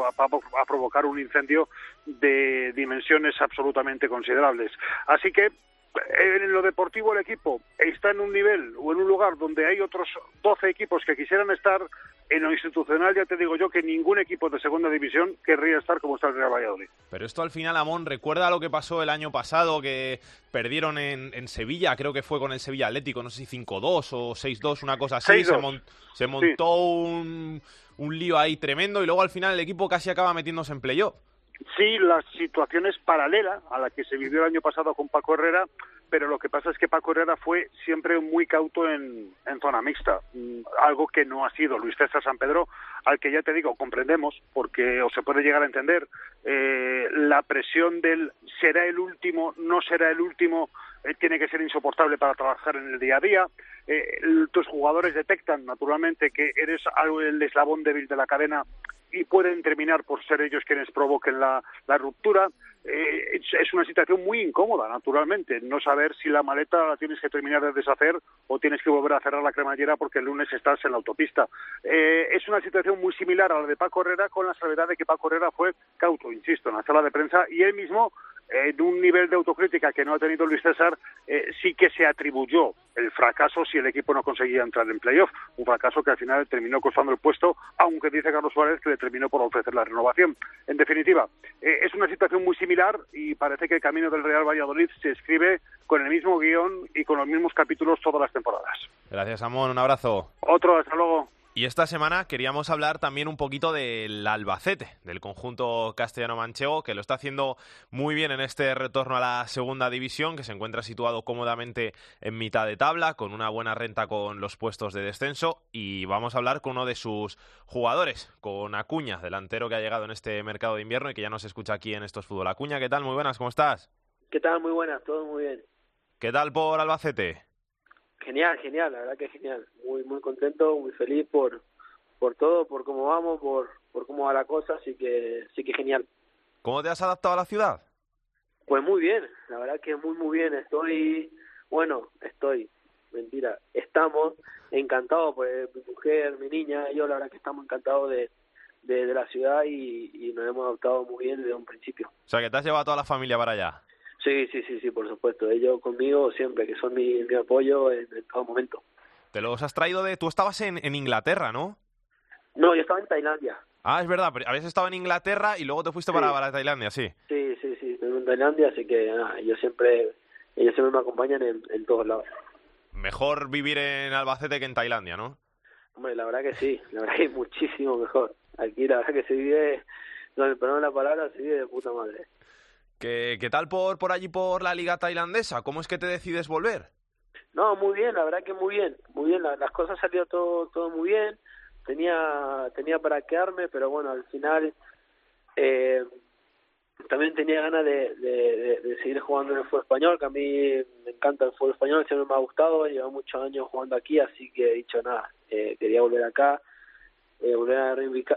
a provocar un incendio de dimensiones absolutamente considerables. Así que en lo deportivo el equipo está en un nivel o en un lugar donde hay otros 12 equipos que quisieran estar. En lo institucional ya te digo yo que ningún equipo de segunda división querría estar como está el Real Valladolid. Pero esto al final, Amón, recuerda lo que pasó el año pasado, que perdieron en Sevilla, creo que fue con el Sevilla Atlético, no sé si 5-2 o 6-2, una cosa así. Se montó un lío ahí tremendo y luego al final el equipo casi acaba metiéndose en playoff. Sí, la situación es paralela a la que se vivió el año pasado con Paco Herrera, pero lo que pasa es que Paco Herrera fue siempre muy cauto en zona mixta, algo que no ha sido Luis César San Pedro, al que ya te digo, comprendemos, porque o se puede llegar a entender, la presión del será el último, no será el último, tiene que ser insoportable para trabajar en el día a día. Tus jugadores detectan naturalmente que eres el eslabón débil de la cadena y pueden terminar por ser ellos quienes provoquen la ruptura. Es una situación muy incómoda, naturalmente, no saber si la maleta la tienes que terminar de deshacer o tienes que volver a cerrar la cremallera porque el lunes estás en la autopista. Es una situación muy similar a la de Paco Herrera, con la salvedad de que Paco Herrera fue cauto, insisto, en la sala de prensa, y él mismo en un nivel de autocrítica que no ha tenido Luis César, sí que se atribuyó el fracaso si el equipo no conseguía entrar en playoff, un fracaso que al final terminó costando el puesto, aunque dice Carlos Suárez que le terminó por ofrecer la renovación. En definitiva, es una situación muy similar y parece que el camino del Real Valladolid se escribe con el mismo guión y con los mismos capítulos todas las temporadas. Gracias, Amón, un abrazo. Otro, hasta luego. Y esta semana queríamos hablar también un poquito del Albacete, del conjunto castellano-manchego, que lo está haciendo muy bien en este retorno a la segunda división, que se encuentra situado cómodamente en mitad de tabla, con una buena renta con los puestos de descenso. Y vamos a hablar con uno de sus jugadores, con Acuña, delantero que ha llegado en este mercado de invierno y que ya nos escucha aquí en Esto es Fútbol. Acuña, ¿qué tal? Muy buenas, ¿cómo estás? ¿Qué tal? Muy buenas, todo muy bien. ¿Qué tal por Albacete? Genial, la verdad que genial. Muy contento, muy feliz por todo, por cómo vamos, por cómo va la cosa, así que genial. ¿Cómo te has adaptado a la ciudad? Pues muy bien, la verdad que muy bien. Estamos encantados, pues mi mujer, mi niña, yo la verdad que estamos encantados de la ciudad y nos hemos adaptado muy bien desde un principio. O sea, que te has llevado a toda la familia para allá. Sí, por supuesto. Ellos conmigo siempre, que son mi apoyo en todo momento. ¿Te los has traído de...? Tú estabas en Inglaterra, ¿no? No, yo estaba en Tailandia. Ah, es verdad, pero habías estado en Inglaterra y luego te fuiste para Tailandia, sí. Sí, estuve en Tailandia, así que ellos siempre me acompañan en todos lados. Mejor vivir en Albacete que en Tailandia, ¿no? Hombre, la verdad que sí, la verdad que es muchísimo mejor. Aquí la verdad que se vive, no me perdón la palabra, se vive de puta madre. ¿Qué tal por allí, por la liga tailandesa? ¿Cómo es que te decides volver? No, muy bien, la verdad que muy bien, las cosas salió todo muy bien. Tenía para quedarme, pero bueno, al final también tenía ganas de seguir jugando en el fútbol español, que a mí me encanta el fútbol español, siempre me ha gustado, llevo muchos años jugando aquí, así que he dicho nada, quería volver acá, volver a reivindicar,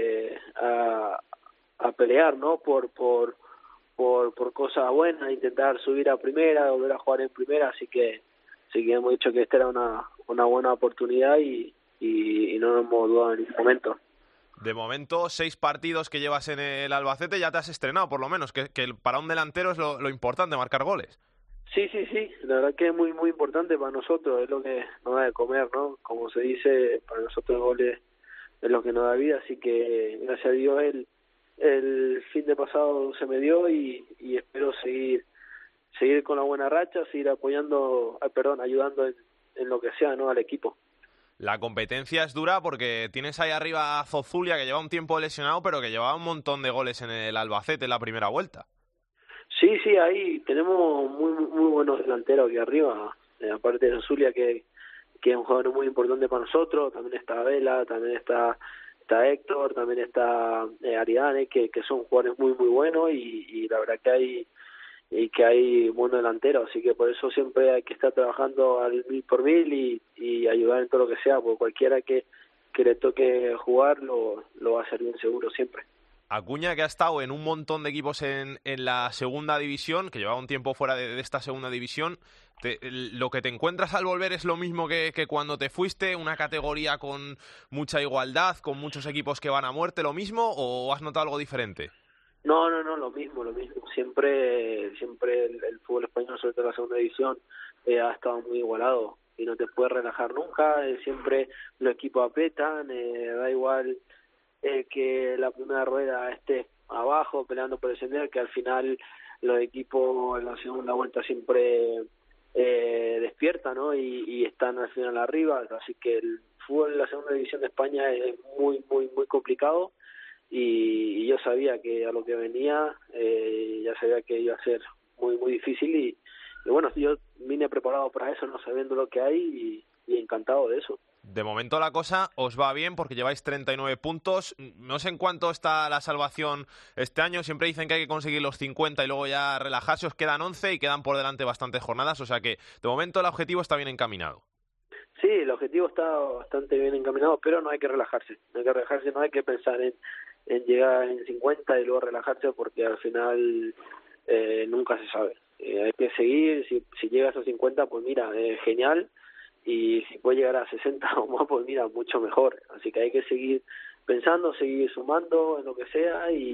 a pelear, ¿no? Por cosas buenas, intentar subir a primera, volver a jugar en primera, así que hemos dicho que esta era una buena oportunidad y no nos hemos dudado en ningún momento. De momento, 6 partidos que llevas en el Albacete ya te has estrenado, por lo menos, que para un delantero es lo importante, marcar goles. Sí, la verdad que es muy importante para nosotros, es lo que nos da de comer, ¿no? Como se dice, para nosotros el gol es lo que nos da vida, así que gracias a Dios el fin de pasado se me dio y espero seguir con la buena racha, seguir ayudando en lo que sea, ¿no? Al equipo. La competencia es dura porque tienes ahí arriba a Zozulia, que lleva un tiempo lesionado, pero que llevaba un montón de goles en el Albacete en la primera vuelta. Sí, ahí tenemos muy buenos delanteros aquí arriba, aparte de Zozulia, que es un jugador muy importante para nosotros, también está Vela, también está Héctor, también está Aridane, que son jugadores muy buenos y la verdad que hay buenos delanteros, así que por eso siempre hay que estar trabajando al 1000 y ayudar en todo lo que sea, porque cualquiera que le toque jugar lo va a hacer bien seguro siempre. Acuña, que ha estado en un montón de equipos en la segunda división, que llevaba un tiempo fuera de esta segunda división, ¿lo que te encuentras al volver es lo mismo que cuando te fuiste? ¿Una categoría con mucha igualdad, con muchos equipos que van a muerte, lo mismo, o has notado algo diferente? No, lo mismo. Siempre el fútbol español, sobre todo la segunda división, ha estado muy igualado y no te puedes relajar nunca. Siempre los equipos apretan, da igual que la primera rueda esté abajo peleando por descender, que al final los equipos en la segunda vuelta siempre despiertan, ¿no? Y están al final arriba. Así que el fútbol en la segunda división de España es muy complicado. Y yo sabía que a lo que venía, ya sabía que iba a ser muy difícil y bueno, yo vine preparado para eso, no sabiendo lo que hay y encantado de eso. De momento la cosa os va bien porque lleváis 39 puntos, no sé en cuánto está la salvación este año, siempre dicen que hay que conseguir los 50 y luego ya relajarse, os quedan 11 y quedan por delante bastantes jornadas, o sea que de momento el objetivo está bien encaminado. Sí, el objetivo está bastante bien encaminado, pero no hay que relajarse, no hay que pensar en llegar en 50 y luego relajarse porque al final nunca se sabe. Hay que seguir, si llegas a 50 pues mira, genial, y si puedes llegar a 60 o más pues mira, mucho mejor. Así que hay que seguir pensando, seguir sumando en lo que sea y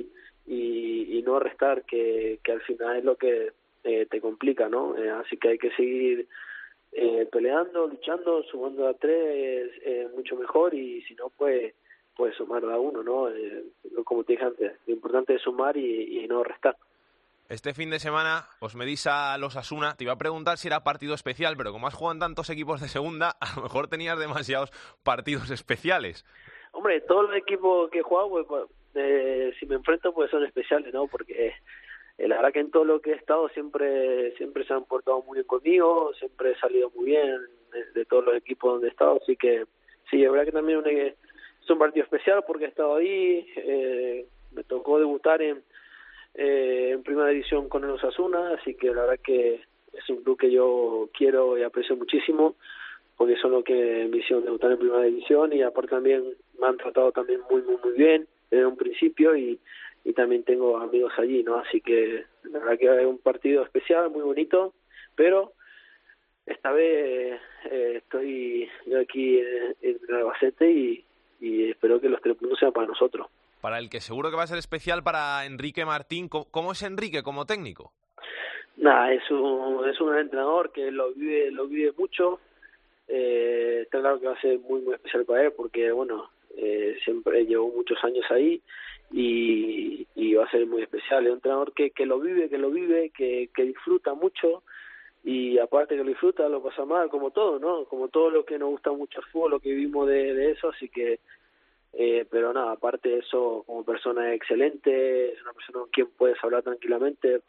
y no restar, que al final es lo que te complica, ¿no? Así que hay que seguir peleando, luchando, sumando a 3 mucho mejor, y si no, pues sumar a 1, ¿no? Como te dije antes, lo importante es sumar y no restar. Este fin de semana os medís a los Osasuna. Te iba a preguntar si era partido especial, pero como has jugado en tantos equipos de segunda, a lo mejor tenías demasiados partidos especiales. Hombre, todos los equipos que he jugado, pues, si me enfrento, pues son especiales, ¿no? Porque la verdad que en todo lo que he estado siempre se han portado muy bien conmigo, siempre he salido muy bien de todos los equipos donde he estado, así que sí, es verdad que también es un partido especial porque he estado ahí, me tocó debutar en primera división con el Osasuna, así que la verdad que es un club que yo quiero y aprecio muchísimo, porque son los que me hicieron debutar en primera división, y aparte también me han tratado también muy bien desde un principio, y también tengo amigos allí, ¿no? Así que la verdad que es un partido especial, muy bonito, pero esta vez estoy yo aquí en Albacete y espero que los 3 puntos sean para nosotros. Para el que seguro que va a ser especial para Enrique Martín. ¿Cómo es Enrique como técnico? Nada, es un entrenador que lo vive mucho. Está claro que va a ser muy especial para él porque, bueno, siempre llevó muchos años ahí y va a ser muy especial. Es un entrenador que lo vive, que disfruta mucho, y aparte que lo disfruta, lo pasa mal, como todo, ¿no? Como todo lo que nos gusta mucho el fútbol, lo que vivimos de eso, así que pero nada, aparte de eso, como persona es excelente, es una persona con quien puedes hablar tranquilamente,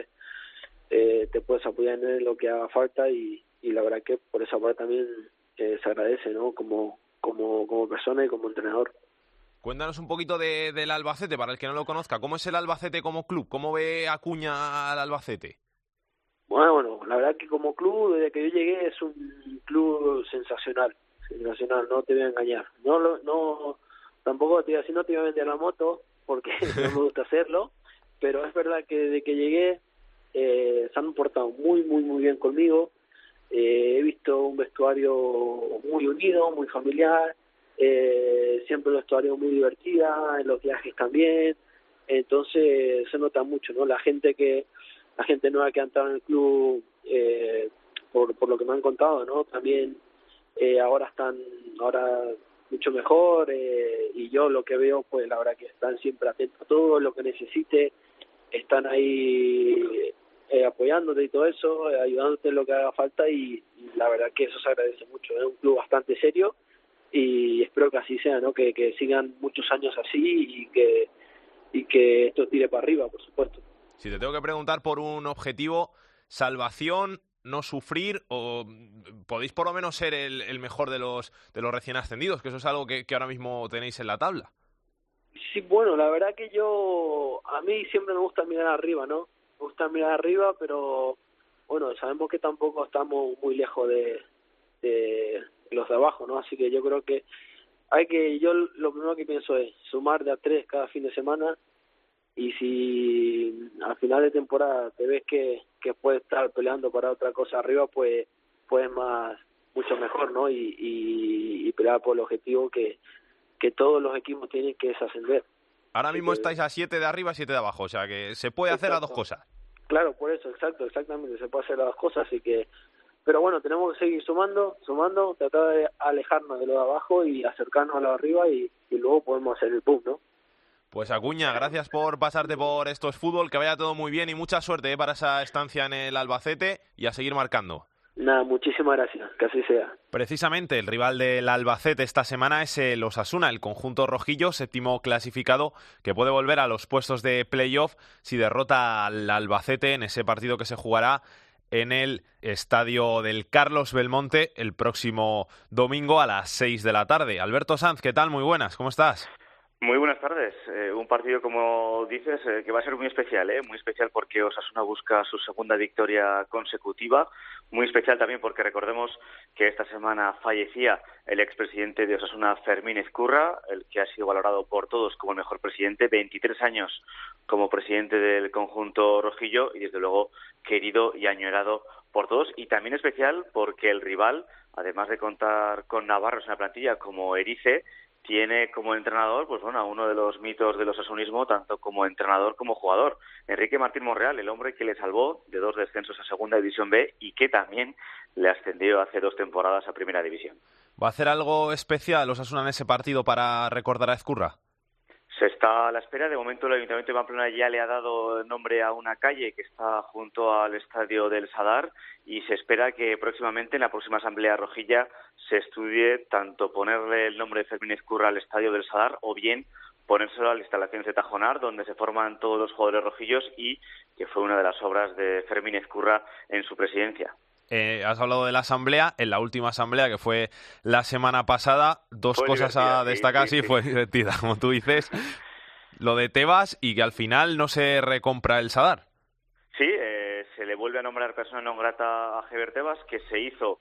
te puedes apoyar en lo que haga falta, y la verdad que por esa parte también se agradece, ¿no? Como persona y como entrenador. Cuéntanos un poquito del Albacete, para el que no lo conozca. ¿Cómo es el Albacete como club? ¿Cómo ve Acuña al Albacete? Bueno, la verdad que como club, desde que yo llegué, es un club sensacional, no te voy a engañar. No tampoco te no te voy a vender la moto, porque no me gusta hacerlo, pero es verdad que desde que llegué se han portado muy bien conmigo. He visto un vestuario muy unido, muy familiar, siempre un vestuario muy divertida, en los viajes también, entonces se nota mucho, ¿no? La gente nueva que ha entrado en el club, por lo que me han contado, ¿no? También ahora están mucho mejor, y yo lo que veo, pues la verdad que están siempre atentos a todo lo que necesite, están ahí apoyándote y todo eso, ayudándote en lo que haga falta, y la verdad que eso se agradece mucho. Es un club bastante serio y espero que así sea, ¿no? Que sigan muchos años así y que esto tire para arriba, por supuesto. Si te tengo que preguntar por un objetivo, salvación, no sufrir, o podéis por lo menos ser el mejor de los recién ascendidos, que eso es algo que ahora mismo tenéis en la tabla. Sí, bueno, la verdad que a mí siempre me gusta mirar arriba, ¿no? Me gusta mirar arriba, pero bueno, sabemos que tampoco estamos muy lejos de los de abajo, ¿no? Así que yo creo que yo lo primero que pienso es sumar de a 3 cada fin de semana, y si al final de temporada te ves que puedes estar peleando para otra cosa arriba, pues mucho mejor, ¿no? Y pelear por el objetivo que todos los equipos tienen, que es ascender. Ahora mismo estáis a 7 de arriba, 7 de abajo, o sea que se puede hacer las dos cosas. Claro, por eso, exactamente, se puede hacer las dos cosas, así que... Pero bueno, tenemos que seguir sumando, tratar de alejarnos de lo de abajo y acercarnos a lo de arriba, y luego podemos hacer el boom, ¿no? Pues Acuña, gracias por pasarte por Esto es Fútbol, que vaya todo muy bien y mucha suerte para esa estancia en el Albacete, y a seguir marcando. Nada, muchísimas gracias, que así sea. Precisamente el rival del Albacete esta semana es el Osasuna, el conjunto rojillo, 7º clasificado, que puede volver a los puestos de playoff si derrota al Albacete en ese partido que se jugará en el estadio del Carlos Belmonte el próximo domingo a las 6 de la tarde. Alberto Sanz, ¿qué tal? Muy buenas, ¿cómo estás? Muy buenas tardes. Un partido, como dices, que va a ser muy especial, muy especial porque Osasuna busca su segunda victoria consecutiva, muy especial también porque recordemos que esta semana fallecía el expresidente de Osasuna, Fermín Ezcurra, el que ha sido valorado por todos como el mejor presidente, 23 años como presidente del conjunto rojillo y desde luego querido y añorado por todos, y también especial porque el rival, además de contar con navarros en la plantilla como Erice, tiene como entrenador, pues bueno, a uno de los mitos del osasunismo, tanto como entrenador como jugador, Enrique Martín Monreal, el hombre que le salvó de 2 descensos a Segunda División B y que también le ascendió hace 2 temporadas a Primera División. ¿Va a hacer algo especial Osasuna en ese partido para recordar a Ezcurra? Se está a la espera. De momento el Ayuntamiento de Pamplona ya le ha dado nombre a una calle que está junto al estadio del Sadar y se espera que próximamente, en la próxima asamblea rojilla, se estudie tanto ponerle el nombre de Fermín Ezcurra al estadio del Sadar o bien ponérselo a las instalaciones de Tajonar, donde se forman todos los jugadores rojillos y que fue una de las obras de Fermín Ezcurra en su presidencia. Has hablado de la asamblea, en la última asamblea que fue la semana pasada, dos cosas a destacar, sí, fue divertida, como tú dices, lo de Tebas y que al final no se recompra el Sadar. Sí, se le vuelve a nombrar persona non grata a Javier Tebas, que se hizo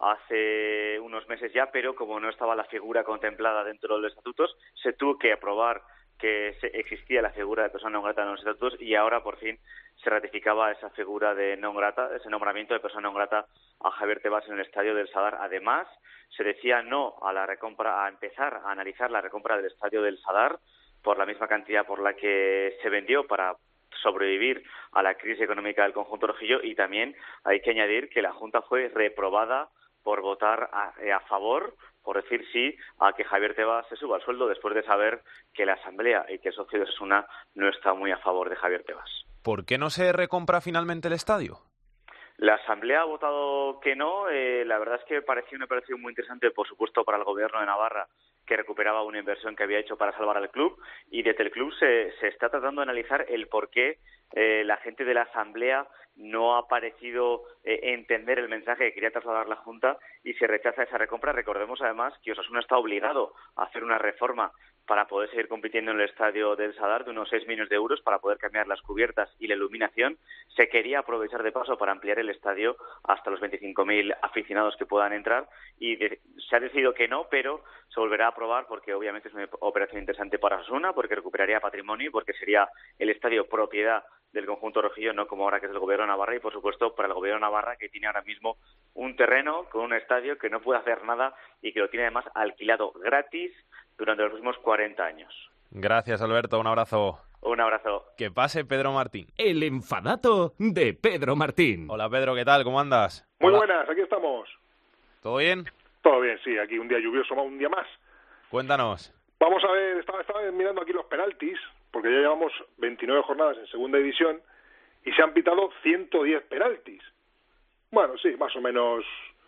hace unos meses ya, pero como no estaba la figura contemplada dentro de los estatutos, se tuvo que aprobar que existía la figura de persona non grata en los estatutos y ahora por fin se ratificaba esa figura de non grata, ese nombramiento de persona non grata a Javier Tebas en el estadio del Sadar. Además, se decía no a la recompra, a empezar a analizar la recompra del estadio del Sadar por la misma cantidad por la que se vendió para sobrevivir a la crisis económica del conjunto rojillo, y también hay que añadir que la Junta fue reprobada por votar a favor, por decir sí, a que Javier Tebas se suba al sueldo después de saber que la Asamblea y que el socio de Osasuna no está muy a favor de Javier Tebas. ¿Por qué no se recompra finalmente el estadio? La Asamblea ha votado que no. La verdad es que parecía una operación muy interesante, por supuesto, para el Gobierno de Navarra, que recuperaba una inversión que había hecho para salvar al club, y desde el club se está tratando de analizar el por qué la gente de la Asamblea no ha parecido entender el mensaje que quería trasladar la Junta y se rechaza esa recompra. Recordemos además que Osasuna está obligado a hacer una reforma para poder seguir compitiendo en el estadio del Sadar de unos 6 millones de euros para poder cambiar las cubiertas y la iluminación. Se quería aprovechar de paso para ampliar el estadio hasta los 25.000 aficionados que puedan entrar y se ha decidido que no, pero se volverá a aprobar porque obviamente es una operación interesante para Osasuna, porque recuperaría patrimonio y porque sería el estadio propiedad del conjunto rojillo, no como ahora que es el Gobierno de Navarra, y por supuesto para el Gobierno de Navarra, que tiene ahora mismo un terreno con un estadio que no puede hacer nada y que lo tiene además alquilado gratis durante los últimos 40 años. Gracias, Alberto, un abrazo. Un abrazo. Que pase Pedro Martín. El enfadato de Pedro Martín. Hola Pedro, ¿qué tal? ¿Cómo andas? Muy buenas, aquí estamos. ¿Todo bien? Todo bien, sí, aquí un día lluvioso, un día más. Cuéntanos. Vamos a ver, estaba mirando aquí los penaltis, porque ya llevamos 29 jornadas en Segunda División y se han pitado 110 penaltis. Bueno, sí, más o menos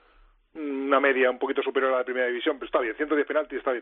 una media un poquito superior a la Primera División, pero está bien, 110 penaltis está bien.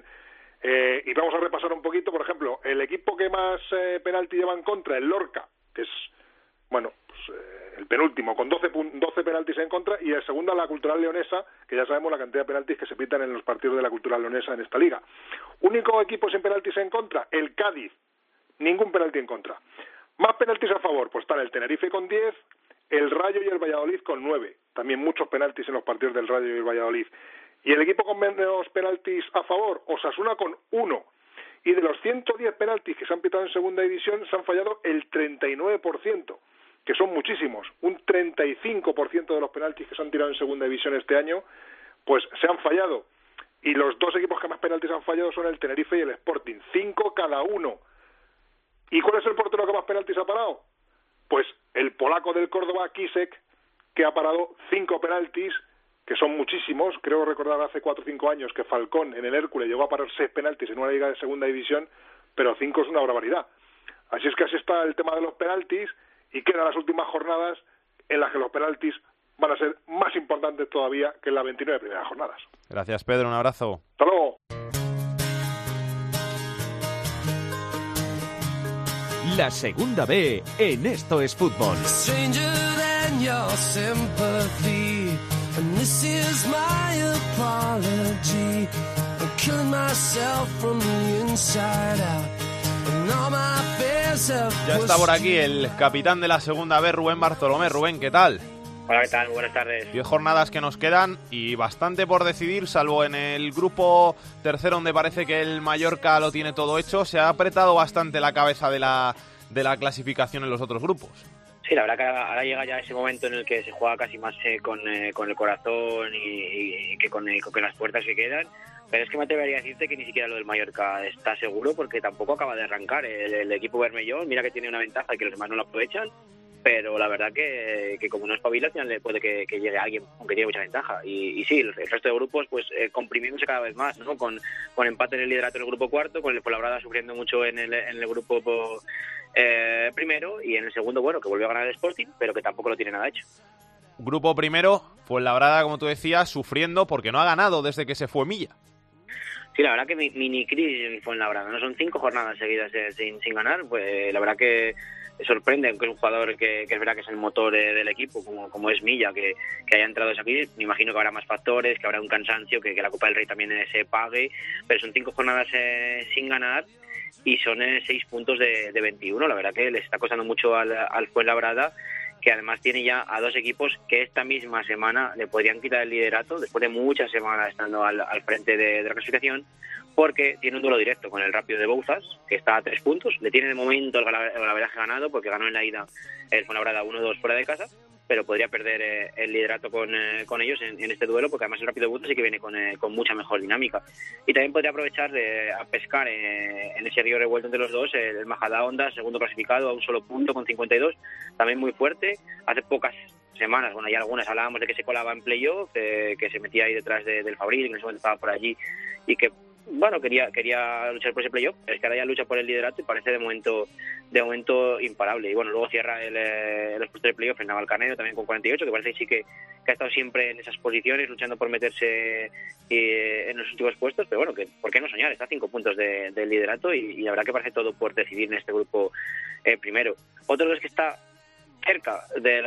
Y vamos a repasar un poquito, por ejemplo, el equipo que más penalti lleva en contra, el Lorca, que es, bueno, pues, el penúltimo, con 12 penaltis en contra, y el segundo, la Cultural Leonesa, que ya sabemos la cantidad de penaltis que se pitan en los partidos de la Cultural Leonesa en esta liga. Único equipo sin penaltis en contra, el Cádiz, ningún penalti en contra. Más penaltis a favor, pues están el Tenerife con 10, el Rayo y el Valladolid con 9, también muchos penaltis en los partidos del Rayo y el Valladolid. Y el equipo con menos penaltis a favor, Osasuna con 1. Y de los 110 penaltis que se han pitado en Segunda División, se han fallado el 39%, que son muchísimos. Un 35% de los penaltis que se han tirado en Segunda División este año, pues se han fallado. Y los dos equipos que más penaltis han fallado son el Tenerife y el Sporting, 5 cada uno. ¿Y cuál es el portero que más penaltis ha parado? Pues el polaco del Córdoba, Kisek, que ha parado 5 penaltis, que son muchísimos. Creo recordar hace 4 o 5 años que Falcón en el Hércules llegó a parar 6 penaltis en una liga de Segunda División, pero 5 es una barbaridad. Así es que así está el tema de los penaltis, y quedan las últimas jornadas en las que los penaltis van a ser más importantes todavía que en las 29 primeras jornadas. Gracias, Pedro, un abrazo. Hasta luego. La Segunda B en Esto es Fútbol. Ya está por aquí el capitán de la Segunda B, Rubén Bartolomé. Rubén, ¿qué tal? Hola, ¿qué tal? Buenas tardes. 10 jornadas que nos quedan y bastante por decidir, salvo en el grupo tercero, donde parece que el Mallorca lo tiene todo hecho. Se ha apretado bastante la cabeza de la clasificación en los otros grupos. Sí, la verdad que ahora llega ya ese momento en el que se juega casi más con el corazón y que con las puertas que quedan. Pero es que me atrevería a decirte que ni siquiera lo del Mallorca está seguro, porque tampoco acaba de arrancar el equipo bermellón. Mira que tiene una ventaja y que los demás no la aprovechan, pero la verdad que como no espabila, al final le puede que llegue alguien, aunque tiene mucha ventaja. Y sí, el resto de grupos pues comprimiéndose cada vez más, ¿no? Con empate en el liderato en el grupo cuarto, con el Fuenlabrada sufriendo mucho en el grupo primero, y en el segundo, bueno, que volvió a ganar el Sporting, pero que tampoco lo tiene nada hecho. Grupo primero, Fuenlabrada, como tú decías, sufriendo porque no ha ganado desde que se fue Milla. Sí, la verdad que mini crisis en Fuenlabrada, ¿no? Son 5 jornadas seguidas sin ganar, pues la verdad que sorprende, aunque es un jugador que es verdad que es el motor del equipo, como es Milla, que haya entrado aquí. Me imagino que habrá más factores, que habrá un cansancio, que la Copa del Rey también se pague, pero son 5 jornadas sin ganar y son 6 puntos de 21. La verdad que le está costando mucho al Fuenlabrada, que además tiene ya a 2 equipos que esta misma semana le podrían quitar el liderato, después de muchas semanas estando al frente de la clasificación, porque tiene un duelo directo con el Rápido de Bouzas, que está a 3 puntos. Le tiene de momento el golaveraje ganado, porque ganó en la ida el Fuenlabrada 1-2 fuera de casa, pero podría perder el liderato con ellos en este duelo, porque además el Rápido de Bouzas sí que viene con mucha mejor dinámica. Y también podría aprovechar a pescar en ese río revuelto entre los dos el Majadahonda, segundo clasificado, a un solo punto con 52, también muy fuerte. Hace pocas semanas, bueno, ya algunas hablábamos de que se colaba en playoff, que se metía ahí detrás del Fabril, que en ese momento estaba por allí, y que bueno, quería luchar por ese playoff, pero es que ahora ya lucha por el liderato y parece de momento imparable. Y bueno, luego cierra los puestos de playoff en Navalcarnero también con 48, que parece que sí que ha estado siempre en esas posiciones, luchando por meterse en los últimos puestos, pero bueno, que ¿por qué no soñar? Está a 5 puntos del liderato y la verdad que parece todo por decidir en este grupo primero. Otro es que está cerca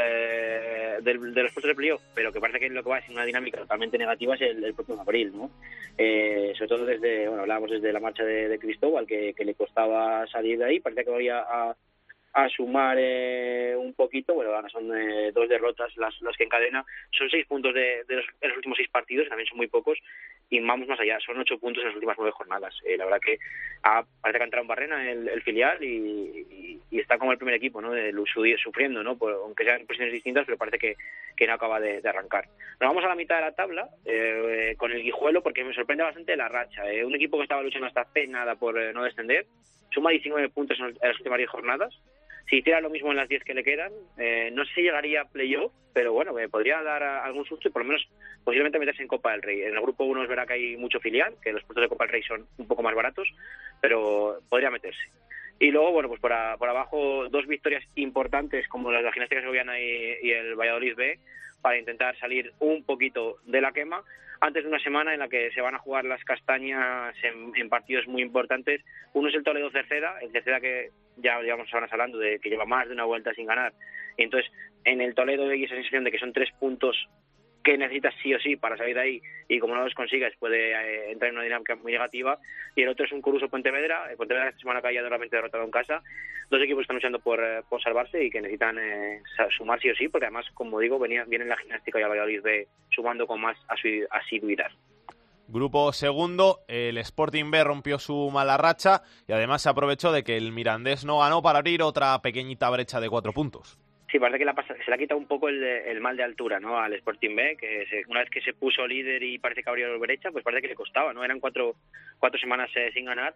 de los puestos de playoff, pero que parece que lo que va es una dinámica totalmente negativa, es el propio Fabril, ¿no? Sobre todo hablábamos desde la marcha de Cristóbal, que le costaba salir de ahí, parecía que vaya a sumar un poquito. Bueno, ahora son 2 derrotas las que encadena, son 6 puntos de los últimos 6 partidos, también son muy pocos, y vamos más allá, son 8 puntos en las últimas 9 jornadas. La verdad que parece que ha entrado en barrena el filial y está como el primer equipo, ¿no? Sufriendo, ¿no? Aunque sean posiciones distintas, pero parece que no acaba de arrancar. Nos vamos a la mitad de la tabla con el Guijuelo, porque me sorprende bastante la racha. Un equipo que estaba luchando hasta hace nada por no descender, suma 19 puntos en las últimas 10 jornadas. Si hiciera lo mismo en las 10 que le quedan, no sé si llegaría a playoff, pero bueno, podría dar algún susto y por lo menos posiblemente meterse en Copa del Rey. En el grupo 1 es verdad que hay mucho filial, que los puestos de Copa del Rey son un poco más baratos, pero podría meterse. Y luego, bueno, pues por abajo 2 victorias importantes como las de la Gimnástica Segoviana y el Valladolid B, para intentar salir un poquito de la quema antes de una semana en la que se van a jugar las castañas en partidos muy importantes. Uno es el Toledo Cerceda, el Cerceda que ya llevamos semanas hablando de que lleva más de una vuelta sin ganar, y entonces en el Toledo hay esa sensación de que son 3 puntos que necesitas sí o sí para salir de ahí, y como no los consigues puede entrar en una dinámica muy negativa. Y el otro es un Coruso Pontevedra. Pontevedra esta semana caía duramente derrotado en casa. 2 equipos están luchando por salvarse y que necesitan sumar sí o sí, porque además, como digo, vienen la Gimnástica y el Valladolid B sumando con más asiduidad. Grupo segundo, el Sporting B rompió su mala racha y además se aprovechó de que el Mirandés no ganó para abrir otra pequeñita brecha de 4 puntos. Sí, parece que se le ha quitado un poco el mal de altura, ¿no? Al Sporting B, que una vez que se puso líder y parece que abrió la brecha, pues parece que le costaba, ¿no? Eran 4 semanas sin ganar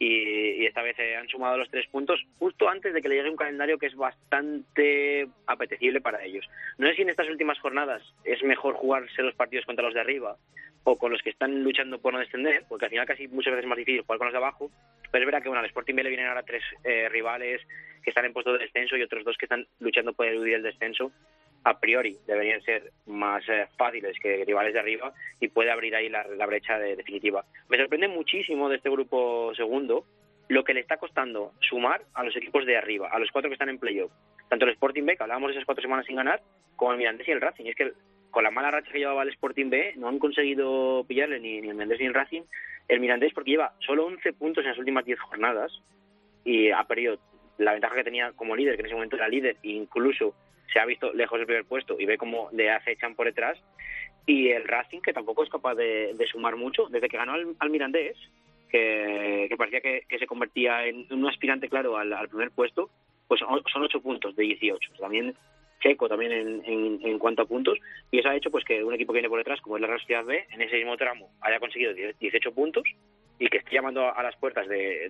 y esta vez han sumado los 3 puntos justo antes de que le llegue un calendario que es bastante apetecible para ellos. No sé si en estas últimas jornadas es mejor jugarse los partidos contra los de arriba o con los que están luchando por no descender, porque al final casi muchas veces es más difícil jugar con los de abajo, pero es verdad que al Sporting B le vienen ahora 3 rivales que están en puesto de descenso y otros 2 que están luchando por eludir el descenso. A priori deberían ser más fáciles que rivales de arriba y puede abrir ahí la brecha definitiva. Me sorprende muchísimo de este grupo segundo lo que le está costando sumar a los equipos de arriba, a los 4 que están en playoff. Tanto el Sporting B, que hablábamos de esas 4 semanas sin ganar, como el Mirandés y el Racing. Y es que con la mala racha que llevaba el Sporting B no han conseguido pillarle ni el Mirandés ni el Racing. El Mirandés porque lleva solo 11 puntos en las últimas 10 jornadas y ha perdido la ventaja que tenía como líder, que en ese momento era líder, e incluso se ha visto lejos del primer puesto y ve cómo le acechan por detrás. Y el Racing, que tampoco es capaz de sumar mucho, desde que ganó al Mirandés, que parecía que se convertía en un aspirante claro al primer puesto, pues son 8 puntos de 18. También Checo también en cuanto a puntos, y eso ha hecho pues que un equipo que viene por detrás, como es la Real Sociedad B, en ese mismo tramo haya conseguido 18 puntos y que esté llamando a las puertas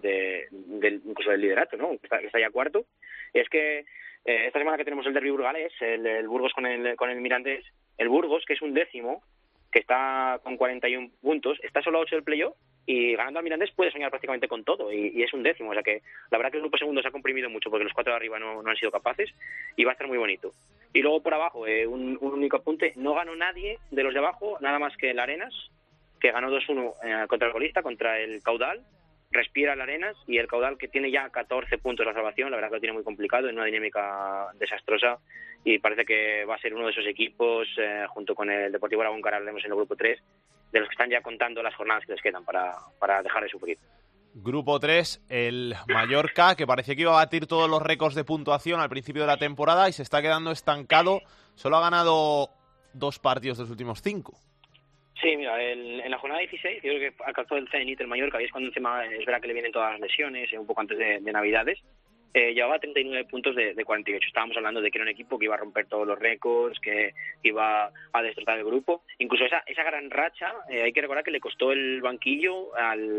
incluso del liderato, ¿no? Que está ya cuarto. Es que esta semana que tenemos el derbi burgalés, el Burgos con el Mirandés, el Burgos, que es un décimo, que está con 41 puntos, está solo a 8 del playoff, y ganando al Mirandés puede soñar prácticamente con todo, y es un décimo. O sea que la verdad que el grupo segundo se ha comprimido mucho porque los 4 de arriba no han sido capaces, y va a estar muy bonito. Y luego por abajo, un único apunte, no ganó nadie de los de abajo, nada más que el Arenas, que ganó 2-1 contra el golista, contra el Caudal. Respira el Arenas, y el Caudal, que tiene ya 14 puntos la salvación, la verdad que lo tiene muy complicado, en una dinámica desastrosa, y parece que va a ser uno de esos equipos, junto con el Deportivo Aragón, que ahora haremos en el grupo 3, de los que están ya contando las jornadas que les quedan para dejar de sufrir. Grupo 3, el Mallorca, que parecía que iba a batir todos los récords de puntuación al principio de la temporada y se está quedando estancado. Solo ha ganado 2 partidos de los últimos 5. Sí, mira, en la jornada 16, yo creo que alcanzó el Zenit, el Mallorca, y es cuando encima es verdad que le vienen todas las lesiones, un poco antes de Navidades. Llevaba 39 puntos de 48. Estábamos hablando de que era un equipo que iba a romper todos los récords, que iba a destrozar el grupo. Incluso esa gran racha, hay que recordar que le costó el banquillo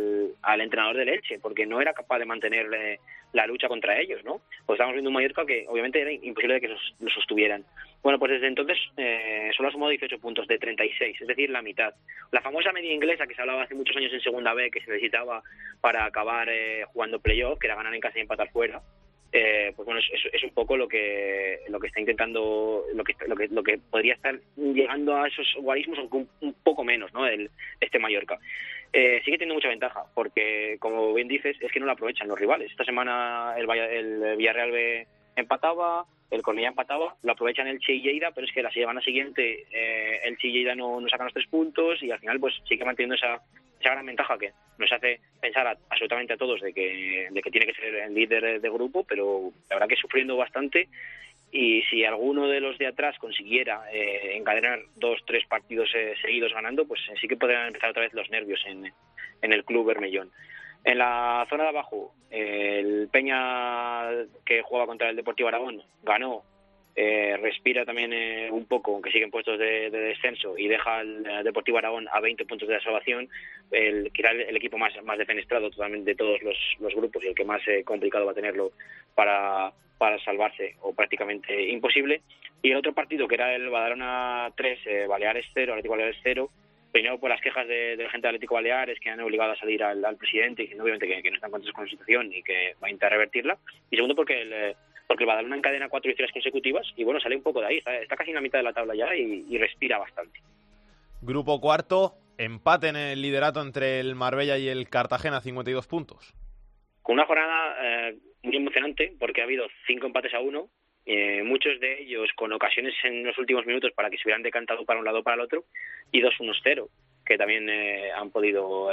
al entrenador del Elche, porque no era capaz de mantener la lucha contra ellos, ¿no? Pues estábamos viendo un Mallorca que obviamente era imposible de que lo sostuvieran. Bueno, pues desde entonces solo ha sumado 18 puntos de 36, es decir, la mitad. La famosa media inglesa que se hablaba hace muchos años en Segunda B, que se necesitaba para acabar jugando playoff, que era ganar en casa y empatar fuera. Pues bueno, es un poco lo que está intentando, lo que podría estar llegando a esos guarismos, aunque un poco menos, ¿no? Este Mallorca sigue teniendo mucha ventaja, porque como bien dices, es que no lo aprovechan los rivales. Esta semana el Villarreal B empataba, el Cornellá empataba, lo aprovechan el Che y Lleida, pero es que la semana siguiente el Che y Lleida no sacan los 3 puntos, y al final pues sigue manteniendo esa gran ventaja que nos hace pensar absolutamente a todos de que tiene que ser el líder de grupo, pero la verdad que sufriendo bastante. Y si alguno de los de atrás consiguiera encadenar 2-3 partidos seguidos ganando, pues sí que podrían empezar otra vez los nervios en el club bermellón. En la zona de abajo, el Peña, que jugaba contra el Deportivo Aragón, ganó, respira también un poco, aunque siguen puestos de descenso, y deja al Deportivo Aragón a 20 puntos de la salvación, que era el equipo más defenestrado totalmente de todos los grupos, y el que más complicado va a tenerlo para salvarse, o prácticamente imposible. Y el otro partido, que era el Badalona 3, Baleares 0, Atlético Baleares 0, primero por las quejas de la gente de Atlético Baleares, que han obligado a salir al presidente, diciendo obviamente que no están contentos con la situación y que va a intentar revertirla. Y segundo porque el Badalona encadena 4 victorias consecutivas, y bueno, sale un poco de ahí, está casi en la mitad de la tabla ya, y respira bastante. Grupo cuarto, empate en el liderato entre el Marbella y el Cartagena, 52 puntos. Con una jornada muy emocionante, porque ha habido 5 empates a 1, muchos de ellos con ocasiones en los últimos minutos para que se hubieran decantado para un lado o para el otro, y 2-1-0, que también han podido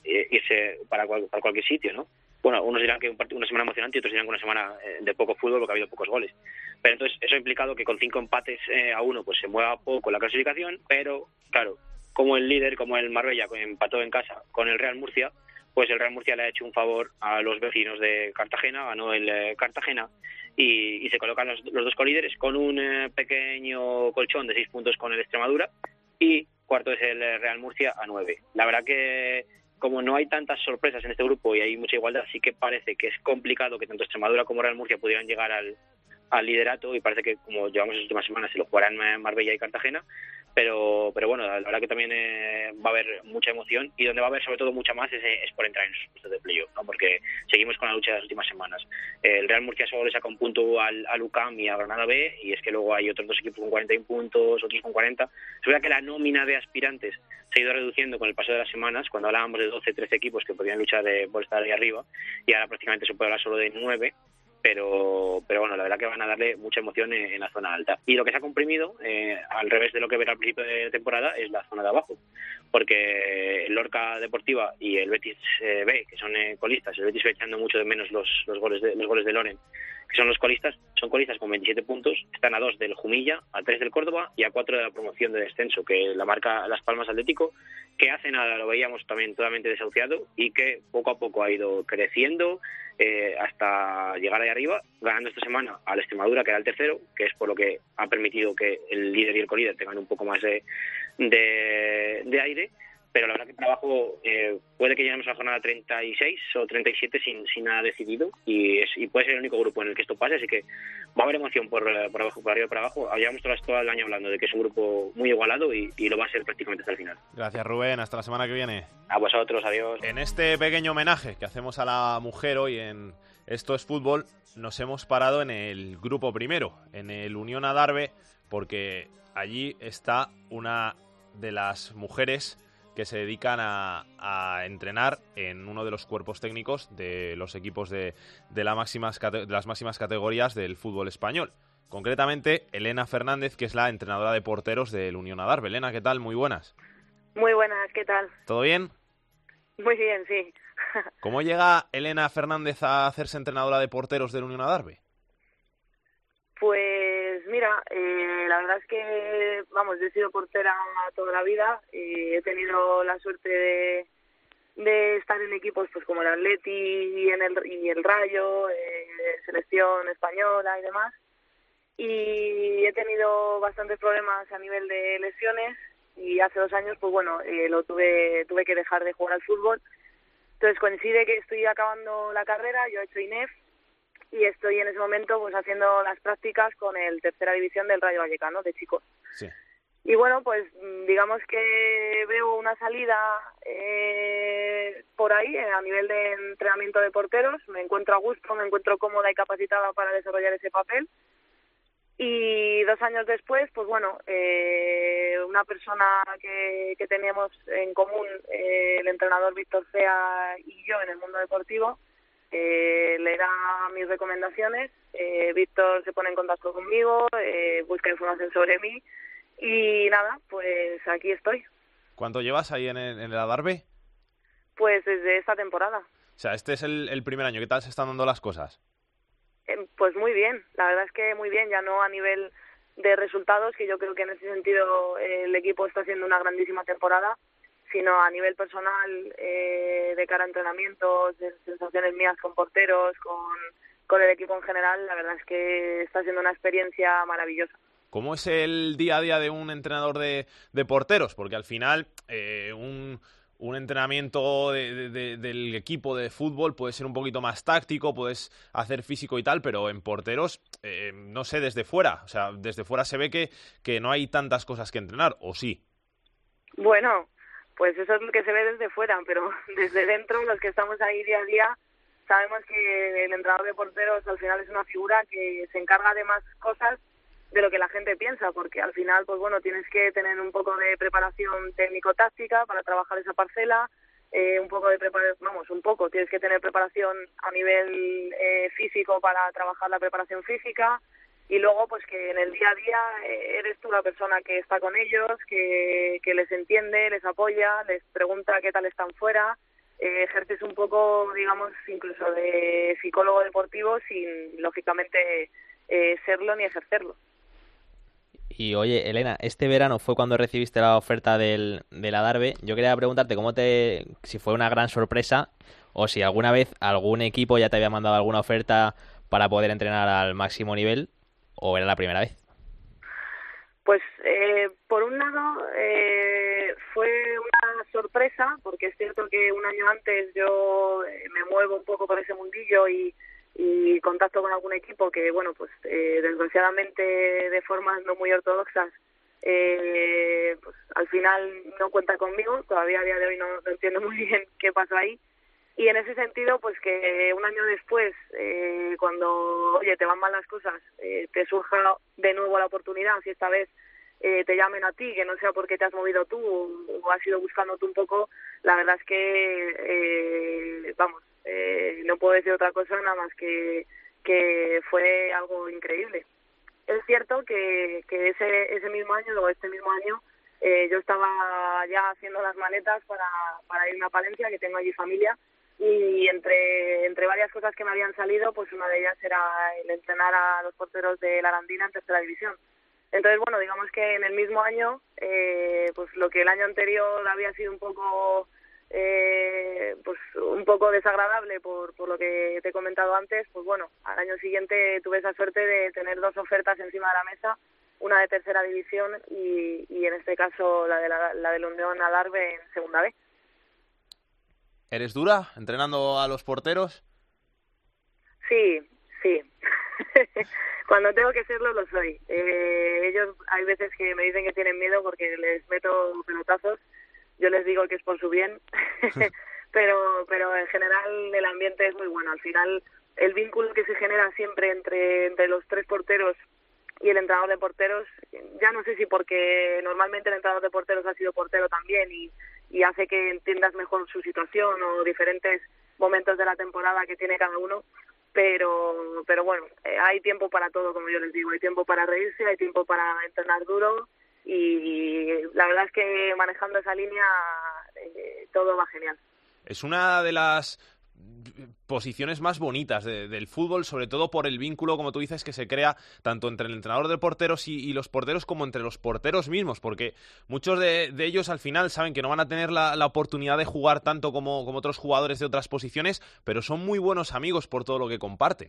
irse para cualquier sitio, ¿no? Bueno, unos dirán que una semana emocionante, y otros dirán que una semana de poco fútbol, porque ha habido pocos goles. Pero entonces eso ha implicado que con 5 empates a 1 pues se mueva poco la clasificación, pero claro, como el líder, como el Marbella, que empató en casa con el Real Murcia, pues el Real Murcia le ha hecho un favor a los vecinos de Cartagena, ganó el Cartagena, y se colocan los 2 colíderes con un pequeño colchón de 6 puntos con el Extremadura, y cuarto es el Real Murcia a 9. La verdad que como no hay tantas sorpresas en este grupo y hay mucha igualdad, sí que parece que es complicado que tanto Extremadura como Real Murcia pudieran llegar al liderato, y parece que, como llevamos las últimas semanas, se lo jugarán Marbella y Cartagena, pero bueno, la verdad que también va a haber mucha emoción, y donde va a haber sobre todo mucha más es por entrar en esos puestos de playoff, ¿no? Porque seguimos con la lucha de las últimas semanas. El Real Murcia solo le saca un punto al UCAM y a Granada B, y es que luego hay otros 2 equipos con 41 puntos, otros con 40. Es verdad que la nómina de aspirantes se ha ido reduciendo con el paso de las semanas, cuando hablábamos de 12, 13 equipos que podían luchar por estar ahí arriba, y ahora prácticamente se puede hablar solo de 9. Pero bueno, la verdad que van a darle mucha emoción en la zona alta. Y lo que se ha comprimido, al revés de lo que verá al principio de temporada, es la zona de abajo, porque el Lorca Deportiva y el Betis B, que son colistas, el Betis va echando mucho de menos los goles de Loren, que son los colistas, son colistas con 27 puntos, están a 2 del Jumilla, a 3 del Córdoba y a 4 de la promoción de descenso, que la marca Las Palmas Atlético, que hace nada lo veíamos también totalmente desahuciado y que poco a poco ha ido creciendo hasta llegar ahí arriba, ganando esta semana al Extremadura, que era el tercero, que es por lo que ha permitido que el líder y el colíder tengan un poco más de aire. Pero la verdad que el trabajo puede que lleguemos a la jornada 36 o 37 sin nada decidido y puede ser el único grupo en el que esto pase, así que va a haber emoción por abajo, por arriba y por abajo. Llevamos todo el año hablando de que es un grupo muy igualado y lo va a ser prácticamente hasta el final. Gracias, Rubén, hasta la semana que viene. A vosotros, adiós. En este pequeño homenaje que hacemos a la mujer hoy en Esto es Fútbol, nos hemos parado en el grupo primero, en el Unión Adarve, porque allí está una de las mujeres que se dedican a entrenar en uno de los cuerpos técnicos de los equipos de las máximas categorías del fútbol español. Concretamente, Elena Fernández, que es la entrenadora de porteros del Unión Adarve. Elena, ¿qué tal? Muy buenas. Muy buenas, ¿qué tal? ¿Todo bien? Muy bien, sí. ¿Cómo llega Elena Fernández a hacerse entrenadora de porteros del Unión Adarve? Pues mira, la verdad es que, vamos, yo he sido portera toda la vida y he tenido la suerte de estar en equipos pues como el Atleti y el Rayo, selección española y demás. Y he tenido bastantes problemas a nivel de lesiones y hace 2 años, pues bueno, tuve que dejar de jugar al fútbol. Entonces coincide que estoy acabando la carrera, yo he hecho INEF, y estoy en ese momento pues haciendo las prácticas con el tercera división del Rayo Vallecano de chicos. Sí. Y bueno, pues digamos que veo una salida por ahí a nivel de entrenamiento de porteros. Me encuentro a gusto, me encuentro cómoda y capacitada para desarrollar ese papel. Y 2 años después, pues bueno, una persona que teníamos en común, el entrenador Víctor Cea y yo en el mundo deportivo, le da mis recomendaciones. Víctor se pone en contacto conmigo, busca información sobre mí y nada, pues aquí estoy. ¿Cuánto llevas ahí en el Adarve? Pues desde esta temporada. O sea, este es el primer año. ¿Qué tal se están dando las cosas? Pues muy bien, la verdad es que muy bien, ya no a nivel de resultados, que yo creo que en ese sentido el equipo está haciendo una grandísima temporada, sino a nivel personal, de cara a entrenamientos, de sensaciones mías con porteros, con el equipo en general. La verdad es que está siendo una experiencia maravillosa. ¿Cómo es el día a día de un entrenador de porteros? Porque al final un entrenamiento del equipo de fútbol puede ser un poquito más táctico, puedes hacer físico y tal, pero en porteros, no sé, desde fuera. O sea, desde fuera se ve que no hay tantas cosas que entrenar, ¿o sí? Bueno, pues eso es lo que se ve desde fuera, pero desde dentro, los que estamos ahí día a día, sabemos que el entrenador de porteros al final es una figura que se encarga de más cosas de lo que la gente piensa, porque al final, pues bueno, tienes que tener un poco de preparación técnico-táctica para trabajar esa parcela, tienes que tener preparación a nivel físico para trabajar la preparación física, y luego pues que en el día a día eres tú la persona que está con ellos, que les entiende, les apoya, les pregunta qué tal están fuera, ejerces un poco, digamos, incluso de psicólogo deportivo sin, lógicamente, serlo ni ejercerlo. Y oye, Elena, este verano fue cuando recibiste la oferta del Adarve. Yo quería preguntarte si fue una gran sorpresa o si alguna vez algún equipo ya te había mandado alguna oferta para poder entrenar al máximo nivel, o era la primera vez. Pues por un lado fue una sorpresa, porque es cierto que un año antes yo me muevo un poco por ese mundillo y contacto con algún equipo que, bueno, pues desgraciadamente de formas no muy ortodoxas, pues al final no cuenta conmigo. Todavía a día de hoy no entiendo muy bien qué pasó ahí. Y en ese sentido, pues que un año después, cuando, oye, te van mal las cosas, te surja de nuevo la oportunidad, si esta vez te llamen a ti, que no sea porque te has movido tú o has ido buscándote un poco, la verdad es que, no puedo decir otra cosa nada más que fue algo increíble. Es cierto que ese mismo año, o este mismo año, yo estaba ya haciendo las maletas para irme a Palencia, que tengo allí familia, y entre varias cosas que me habían salido, pues una de ellas era el entrenar a los porteros de la Arandina en tercera división. Entonces, bueno, digamos que en el mismo año, pues lo que el año anterior había sido un poco desagradable por lo que te he comentado antes, pues bueno, al año siguiente tuve esa suerte de tener 2 ofertas encima de la mesa, una de tercera división y en este caso la del Unión Adarve en segunda B. ¿Eres dura entrenando a los porteros? Sí. Cuando tengo que serlo, lo soy. Ellos hay veces que me dicen que tienen miedo porque les meto pelotazos. Yo les digo que es por su bien, pero en general el ambiente es muy bueno. Al final, el vínculo que se genera siempre entre los 3 porteros y el entrenador de porteros, ya no sé si porque normalmente el entrenador de porteros ha sido portero también y hace que entiendas mejor su situación o diferentes momentos de la temporada que tiene cada uno, pero bueno, hay tiempo para todo, como yo les digo, hay tiempo para reírse, hay tiempo para entrenar duro y la verdad es que manejando esa línea todo va genial. Es una de las posiciones más bonitas del fútbol, sobre todo por el vínculo, como tú dices, que se crea tanto entre el entrenador de porteros y los porteros como entre los porteros mismos, porque muchos de ellos al final saben que no van a tener la oportunidad de jugar tanto como otros jugadores de otras posiciones, pero son muy buenos amigos por todo lo que comparten.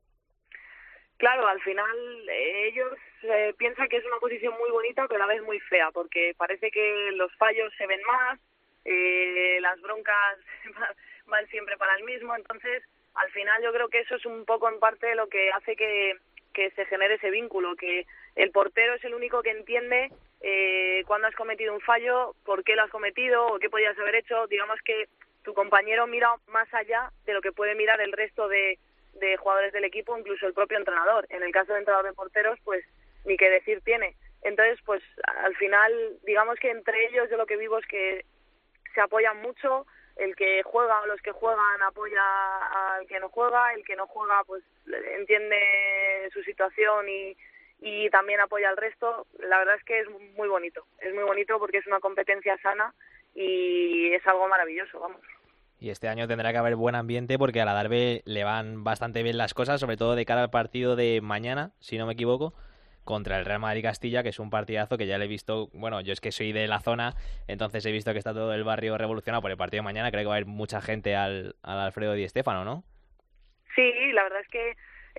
Claro, al final ellos piensan que es una posición muy bonita, pero a la vez muy fea, porque parece que los fallos se ven más, las broncas van siempre para el mismo, entonces al final yo creo que eso es un poco en parte lo que hace que se genere ese vínculo, que el portero es el único que entiende cuándo has cometido un fallo, por qué lo has cometido o qué podías haber hecho. Digamos que tu compañero mira más allá de lo que puede mirar el resto de jugadores del equipo, incluso el propio entrenador. En el caso del entrenador de porteros, pues ni qué decir tiene. Entonces, pues al final, digamos que entre ellos yo lo que vivo es que se apoyan mucho. El que juega o los que juegan apoya al que no juega, el que no juega pues entiende su situación y también apoya al resto. La verdad es que es muy bonito porque es una competencia sana y es algo maravilloso, vamos. Y este año tendrá que haber buen ambiente porque a la Adarve le van bastante bien las cosas, sobre todo de cara al partido de mañana, si no me equivoco, contra el Real Madrid Castilla, que es un partidazo que ya le he visto. Bueno, yo es que soy de la zona, entonces he visto que está todo el barrio revolucionado por el partido de mañana. Creo que va a haber mucha gente al Alfredo Di Stéfano, ¿no? Sí, la verdad es que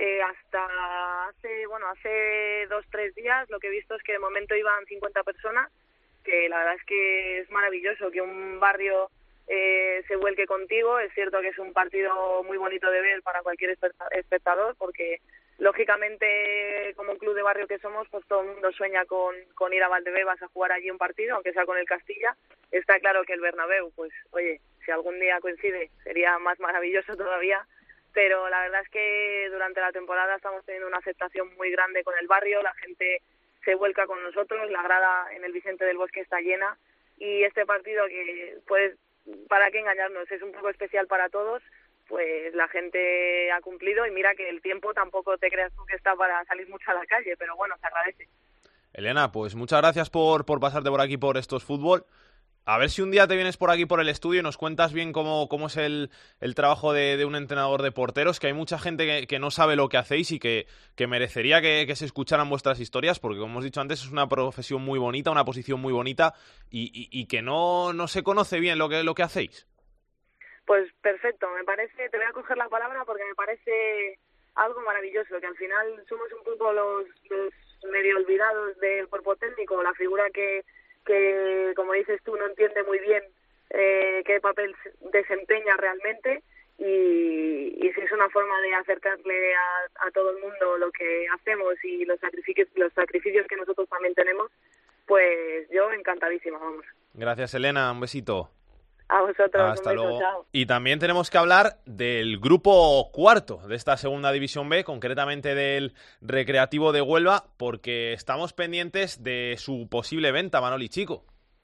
hasta hace 2-3 días lo que he visto es que de momento iban 50 personas, que la verdad es que es maravilloso que un barrio se vuelque contigo. Es cierto que es un partido muy bonito de ver para cualquier espectador, porque lógicamente, como un club de barrio que somos, pues todo el mundo sueña con ir a Valdebebas a jugar allí un partido, aunque sea con el Castilla. Está claro que el Bernabéu, pues oye, si algún día coincide, sería más maravilloso todavía. Pero la verdad es que durante la temporada estamos teniendo una aceptación muy grande con el barrio, la gente se vuelca con nosotros, la grada en el Vicente del Bosque está llena, y este partido que, pues, para qué engañarnos, es un poco especial para todos. Pues la gente ha cumplido y mira que el tiempo tampoco te creas tú que está para salir mucho a la calle, pero bueno, se agradece. Elena, pues muchas gracias por pasarte por aquí por Esto es Fútbol. A ver si un día te vienes por aquí por el estudio y nos cuentas bien cómo es el trabajo de un entrenador de porteros, que hay mucha gente que no sabe lo que hacéis y que merecería que se escucharan vuestras historias, porque como hemos dicho antes es una profesión muy bonita, una posición muy bonita y que no se conoce bien lo que hacéis. Pues perfecto, me parece, te voy a coger la palabra porque me parece algo maravilloso, que al final somos un poco los medio olvidados del cuerpo técnico, la figura que como dices tú no entiende muy bien qué papel desempeña realmente y si es una forma de acercarle a todo el mundo lo que hacemos y los sacrificios que nosotros también tenemos, pues yo encantadísima, vamos. Gracias, Elena, un besito. A vosotros, hasta un beso, luego. chao. Y también tenemos que hablar del grupo cuarto de esta segunda división B, concretamente del Recreativo de Huelva, porque estamos pendientes de su posible venta, Manoli Chico.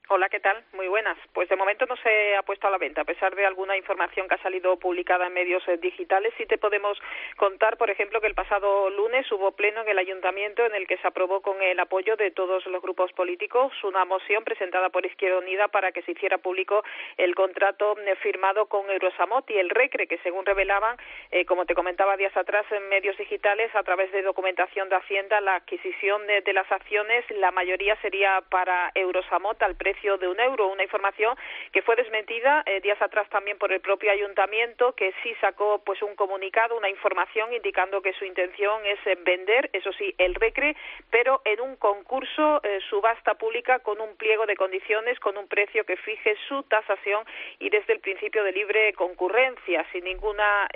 Hola, ¿qué tal? Muy buenas. Pues de momento no se ha puesto a la venta, a pesar de alguna información que ha salido publicada en medios digitales. Sí te podemos contar, por ejemplo, que el pasado lunes hubo pleno en el Ayuntamiento en el que se aprobó con el apoyo de todos los grupos políticos una moción presentada por Izquierda Unida para que se hiciera público el contrato firmado con Eurosamot y el Recre, que según revelaban, como te comentaba días atrás en medios digitales, a través de documentación de Hacienda, la adquisición de las acciones, la mayoría sería para Eurosamot al precio de €1, una información que fue desmentida días atrás también por el propio Ayuntamiento, que sí sacó pues un comunicado, una información indicando que su intención es vender, eso sí, el Recre, pero en un concurso, subasta pública con un pliego de condiciones, con un precio que fije su tasación y desde el principio de libre concurrencia, sin ninguna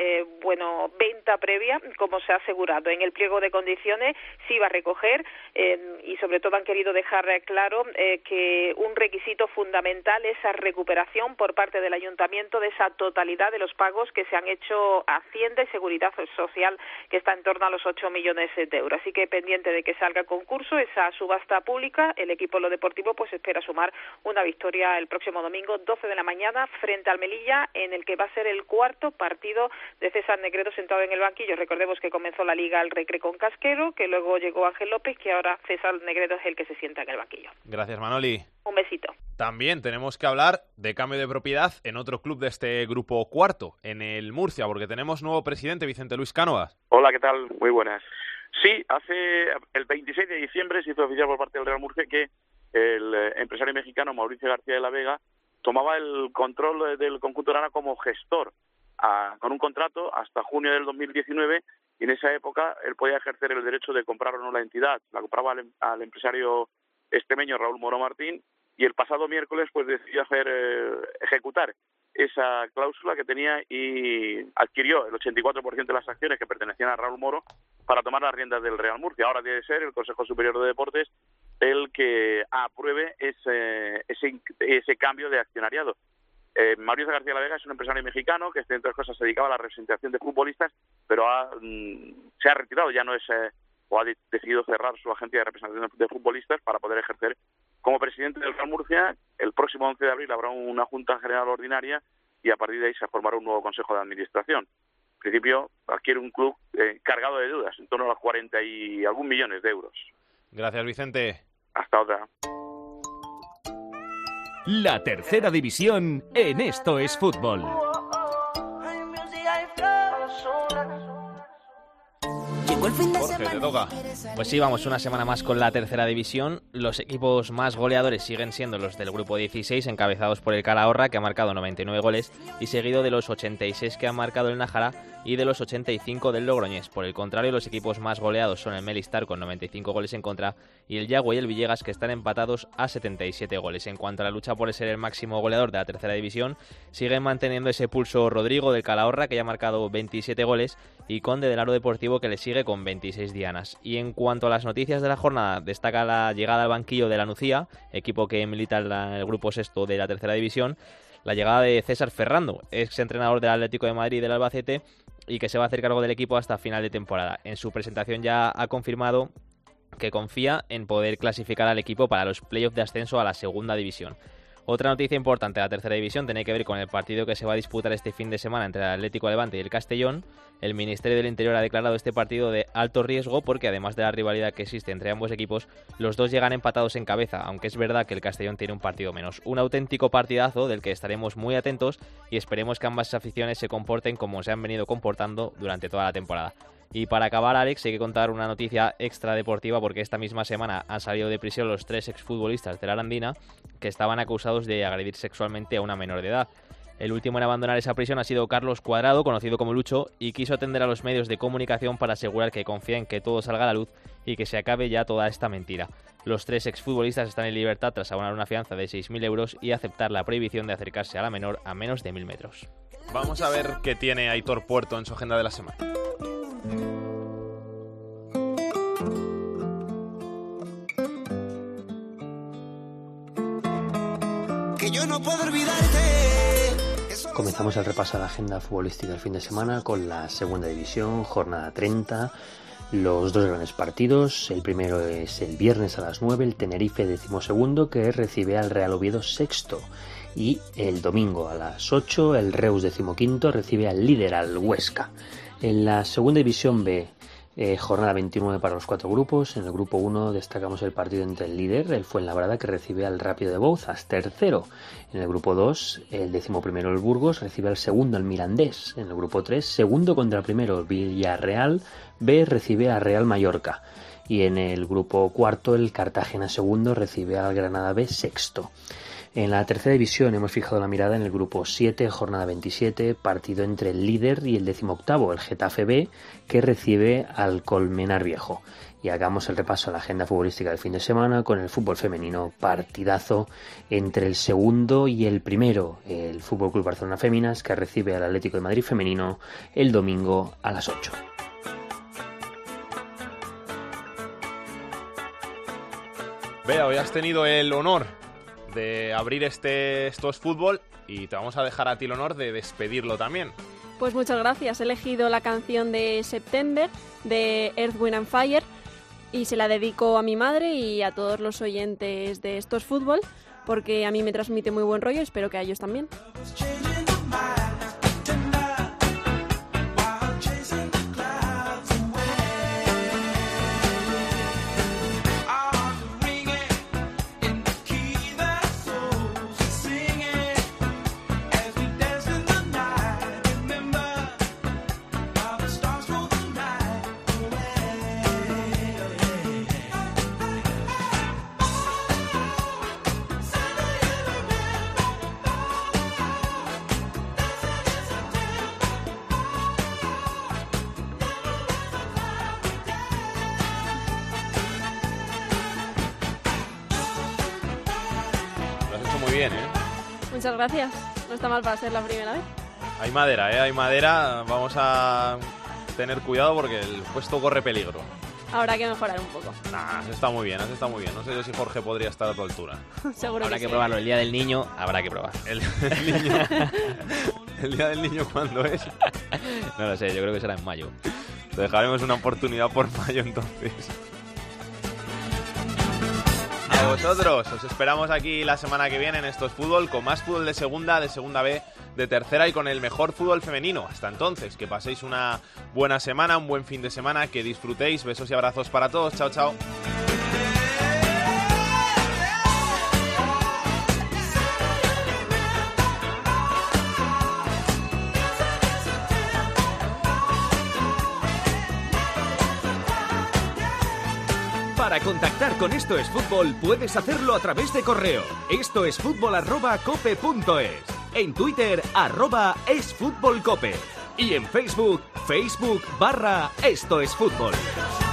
venta previa, como se ha asegurado. En el pliego de condiciones sí va a recoger y sobre todo han querido dejar claro que un requisito fundamental es esa recuperación por parte del Ayuntamiento de esa totalidad de los pagos que se han hecho a Hacienda y Seguridad Social, que está en torno a los 8 millones de euros. Así que pendiente de que salga el concurso, esa subasta pública, el equipo Lo Deportivo pues espera sumar una victoria el próximo domingo, 12 de la mañana, frente al Melilla, en el que va a ser el cuarto partido de César Negredo sentado en el banquillo. Recordemos que comenzó la Liga el Recre con Casquero, que luego llegó Ángel López, que ahora César Negredo es el que se sienta en el banquillo. Gracias, Manoli. Un besito. También tenemos que hablar de cambio de propiedad en otro club de este grupo cuarto, en el Murcia, porque tenemos nuevo presidente, Vicente Luis Cánovas. Hola, ¿qué tal? Muy buenas. Sí, el 26 de diciembre se hizo oficial por parte del Real Murcia que el empresario mexicano Mauricio García de la Vega tomaba el control del conjunto grana como gestor, con un contrato hasta junio del 2019, y en esa época él podía ejercer el derecho de comprar o no la entidad. La compraba al empresario extremeño Raúl Moro Martín, y el pasado miércoles pues decidió ejecutar esa cláusula que tenía y adquirió el 84% de las acciones que pertenecían a Raúl Moro para tomar las riendas del Real Murcia. Ahora debe ser el Consejo Superior de Deportes el que apruebe ese cambio de accionariado. Mauricio García de la Vega es un empresario mexicano que, entre otras cosas, se dedicaba a la representación de futbolistas, pero se ha retirado, ya no es o ha decidido cerrar su agencia de representación de futbolistas para poder ejercer como presidente del Real Murcia. El próximo 11 de abril habrá una Junta General Ordinaria y a partir de ahí se formará un nuevo Consejo de Administración. En principio, adquiere un club cargado de deudas, en torno a los 40 y algún millones de euros. Gracias, Vicente. Hasta otra. La tercera división en Esto es Fútbol. Jorge, te toca. Pues sí, vamos una semana más con la tercera división. Los equipos más goleadores siguen siendo los del grupo 16, encabezados por el Calahorra, que ha marcado 99 goles, y seguido de los 86 que ha marcado el Nájara y de los 85 del Logroñés. Por el contrario, los equipos más goleados son el Melistar con 95 goles en contra y el Yagüe y el Villegas, que están empatados a 77 goles. En cuanto a la lucha por ser el máximo goleador de la tercera división, siguen manteniendo ese pulso Rodrigo del Calahorra, que ya ha marcado 27 goles, y Conde del Aro Deportivo, que le sigue con 26 dianas. Y en cuanto a las noticias de la jornada, destaca la llegada al banquillo de la Nucía, equipo que milita en el grupo sexto de la tercera división, la llegada de César Ferrando, ex entrenador del Atlético de Madrid y del Albacete, y que se va a hacer cargo del equipo hasta final de temporada. En su presentación ya ha confirmado que confía en poder clasificar al equipo para los playoffs de ascenso a la segunda división. Otra noticia importante de la tercera división tiene que ver con el partido que se va a disputar este fin de semana entre el Atlético de Levante y el Castellón. El Ministerio del Interior ha declarado este partido de alto riesgo porque, además de la rivalidad que existe entre ambos equipos, los dos llegan empatados en cabeza, aunque es verdad que el Castellón tiene un partido menos. Un auténtico partidazo del que estaremos muy atentos y esperemos que ambas aficiones se comporten como se han venido comportando durante toda la temporada. Y para acabar, Alex, hay que contar una noticia extra deportiva porque esta misma semana han salido de prisión los 3 exfutbolistas de la Arandina que estaban acusados de agredir sexualmente a una menor de edad. El último en abandonar esa prisión ha sido Carlos Cuadrado, conocido como Lucho, y quiso atender a los medios de comunicación para asegurar que confía en que todo salga a la luz y que se acabe ya toda esta mentira. Los 3 exfutbolistas están en libertad tras abonar una fianza de 6.000 euros y aceptar la prohibición de acercarse a la menor a menos de 1.000 metros. Vamos a ver qué tiene Aitor Puerto en su agenda de la semana. Que yo no puedo olvidarte. Comenzamos el repaso a la agenda futbolística del fin de semana con la segunda división, jornada 30. Los dos grandes partidos, el primero es el viernes a las 9, el Tenerife 12º, que recibe al Real Oviedo 6º, y el domingo a las 8 el Reus 15º recibe al líder, al Huesca. En la segunda división B, jornada 29 para los 4 grupos. En el grupo 1 destacamos el partido entre el líder, el Fuenlabrada, que recibe al Rápido de Bouzas, tercero. En el grupo 2, el 11º, el Burgos, recibe al segundo, el Mirandés. En el grupo 3, segundo contra el primero, Villarreal B recibe a Real Mallorca. Y en el grupo 4, el Cartagena segundo recibe al Granada B sexto. En la tercera división hemos fijado la mirada en el grupo 7, jornada 27, partido entre el líder y el 18º, el Getafe B, que recibe al Colmenar Viejo. Y hagamos el repaso a la agenda futbolística del fin de semana con el fútbol femenino, partidazo entre el segundo y el primero, el Fútbol Club Barcelona Féminas, que recibe al Atlético de Madrid femenino el domingo a las 8. Bea, hoy has tenido el honor de abrir Esto es Fútbol y te vamos a dejar a ti el honor de despedirlo también. Pues muchas gracias. He elegido la canción de September de Earth, Wind and Fire y se la dedico a mi madre y a todos los oyentes de Esto es Fútbol porque a mí me transmite muy buen rollo y espero que a ellos también. Muchas gracias. No está mal para ser la primera vez. Hay madera, hay madera. Vamos a tener cuidado porque el puesto corre peligro. Habrá que mejorar un poco. Nah, has estado muy bien, has estado muy bien. No sé yo si Jorge podría estar a tu altura. Seguro habrá que que sí. probarlo. El día del niño habrá que probar. El niño. ¿El día del niño cuándo es? No lo sé, yo creo que será en mayo. Te dejaremos una oportunidad por mayo entonces. A vosotros, os esperamos aquí la semana que viene en Esto es Fútbol, con más fútbol de segunda B, de tercera y con el mejor fútbol femenino. Hasta entonces, que paséis una buena semana, un buen fin de semana, que disfrutéis. Besos y abrazos para todos. Chao, chao. Para contactar con Esto es Fútbol puedes hacerlo a través de correo. estoesfutbol@cope.es. En Twitter @esfutbolcope. Y en Facebook, Facebook.com/Esto es Fútbol.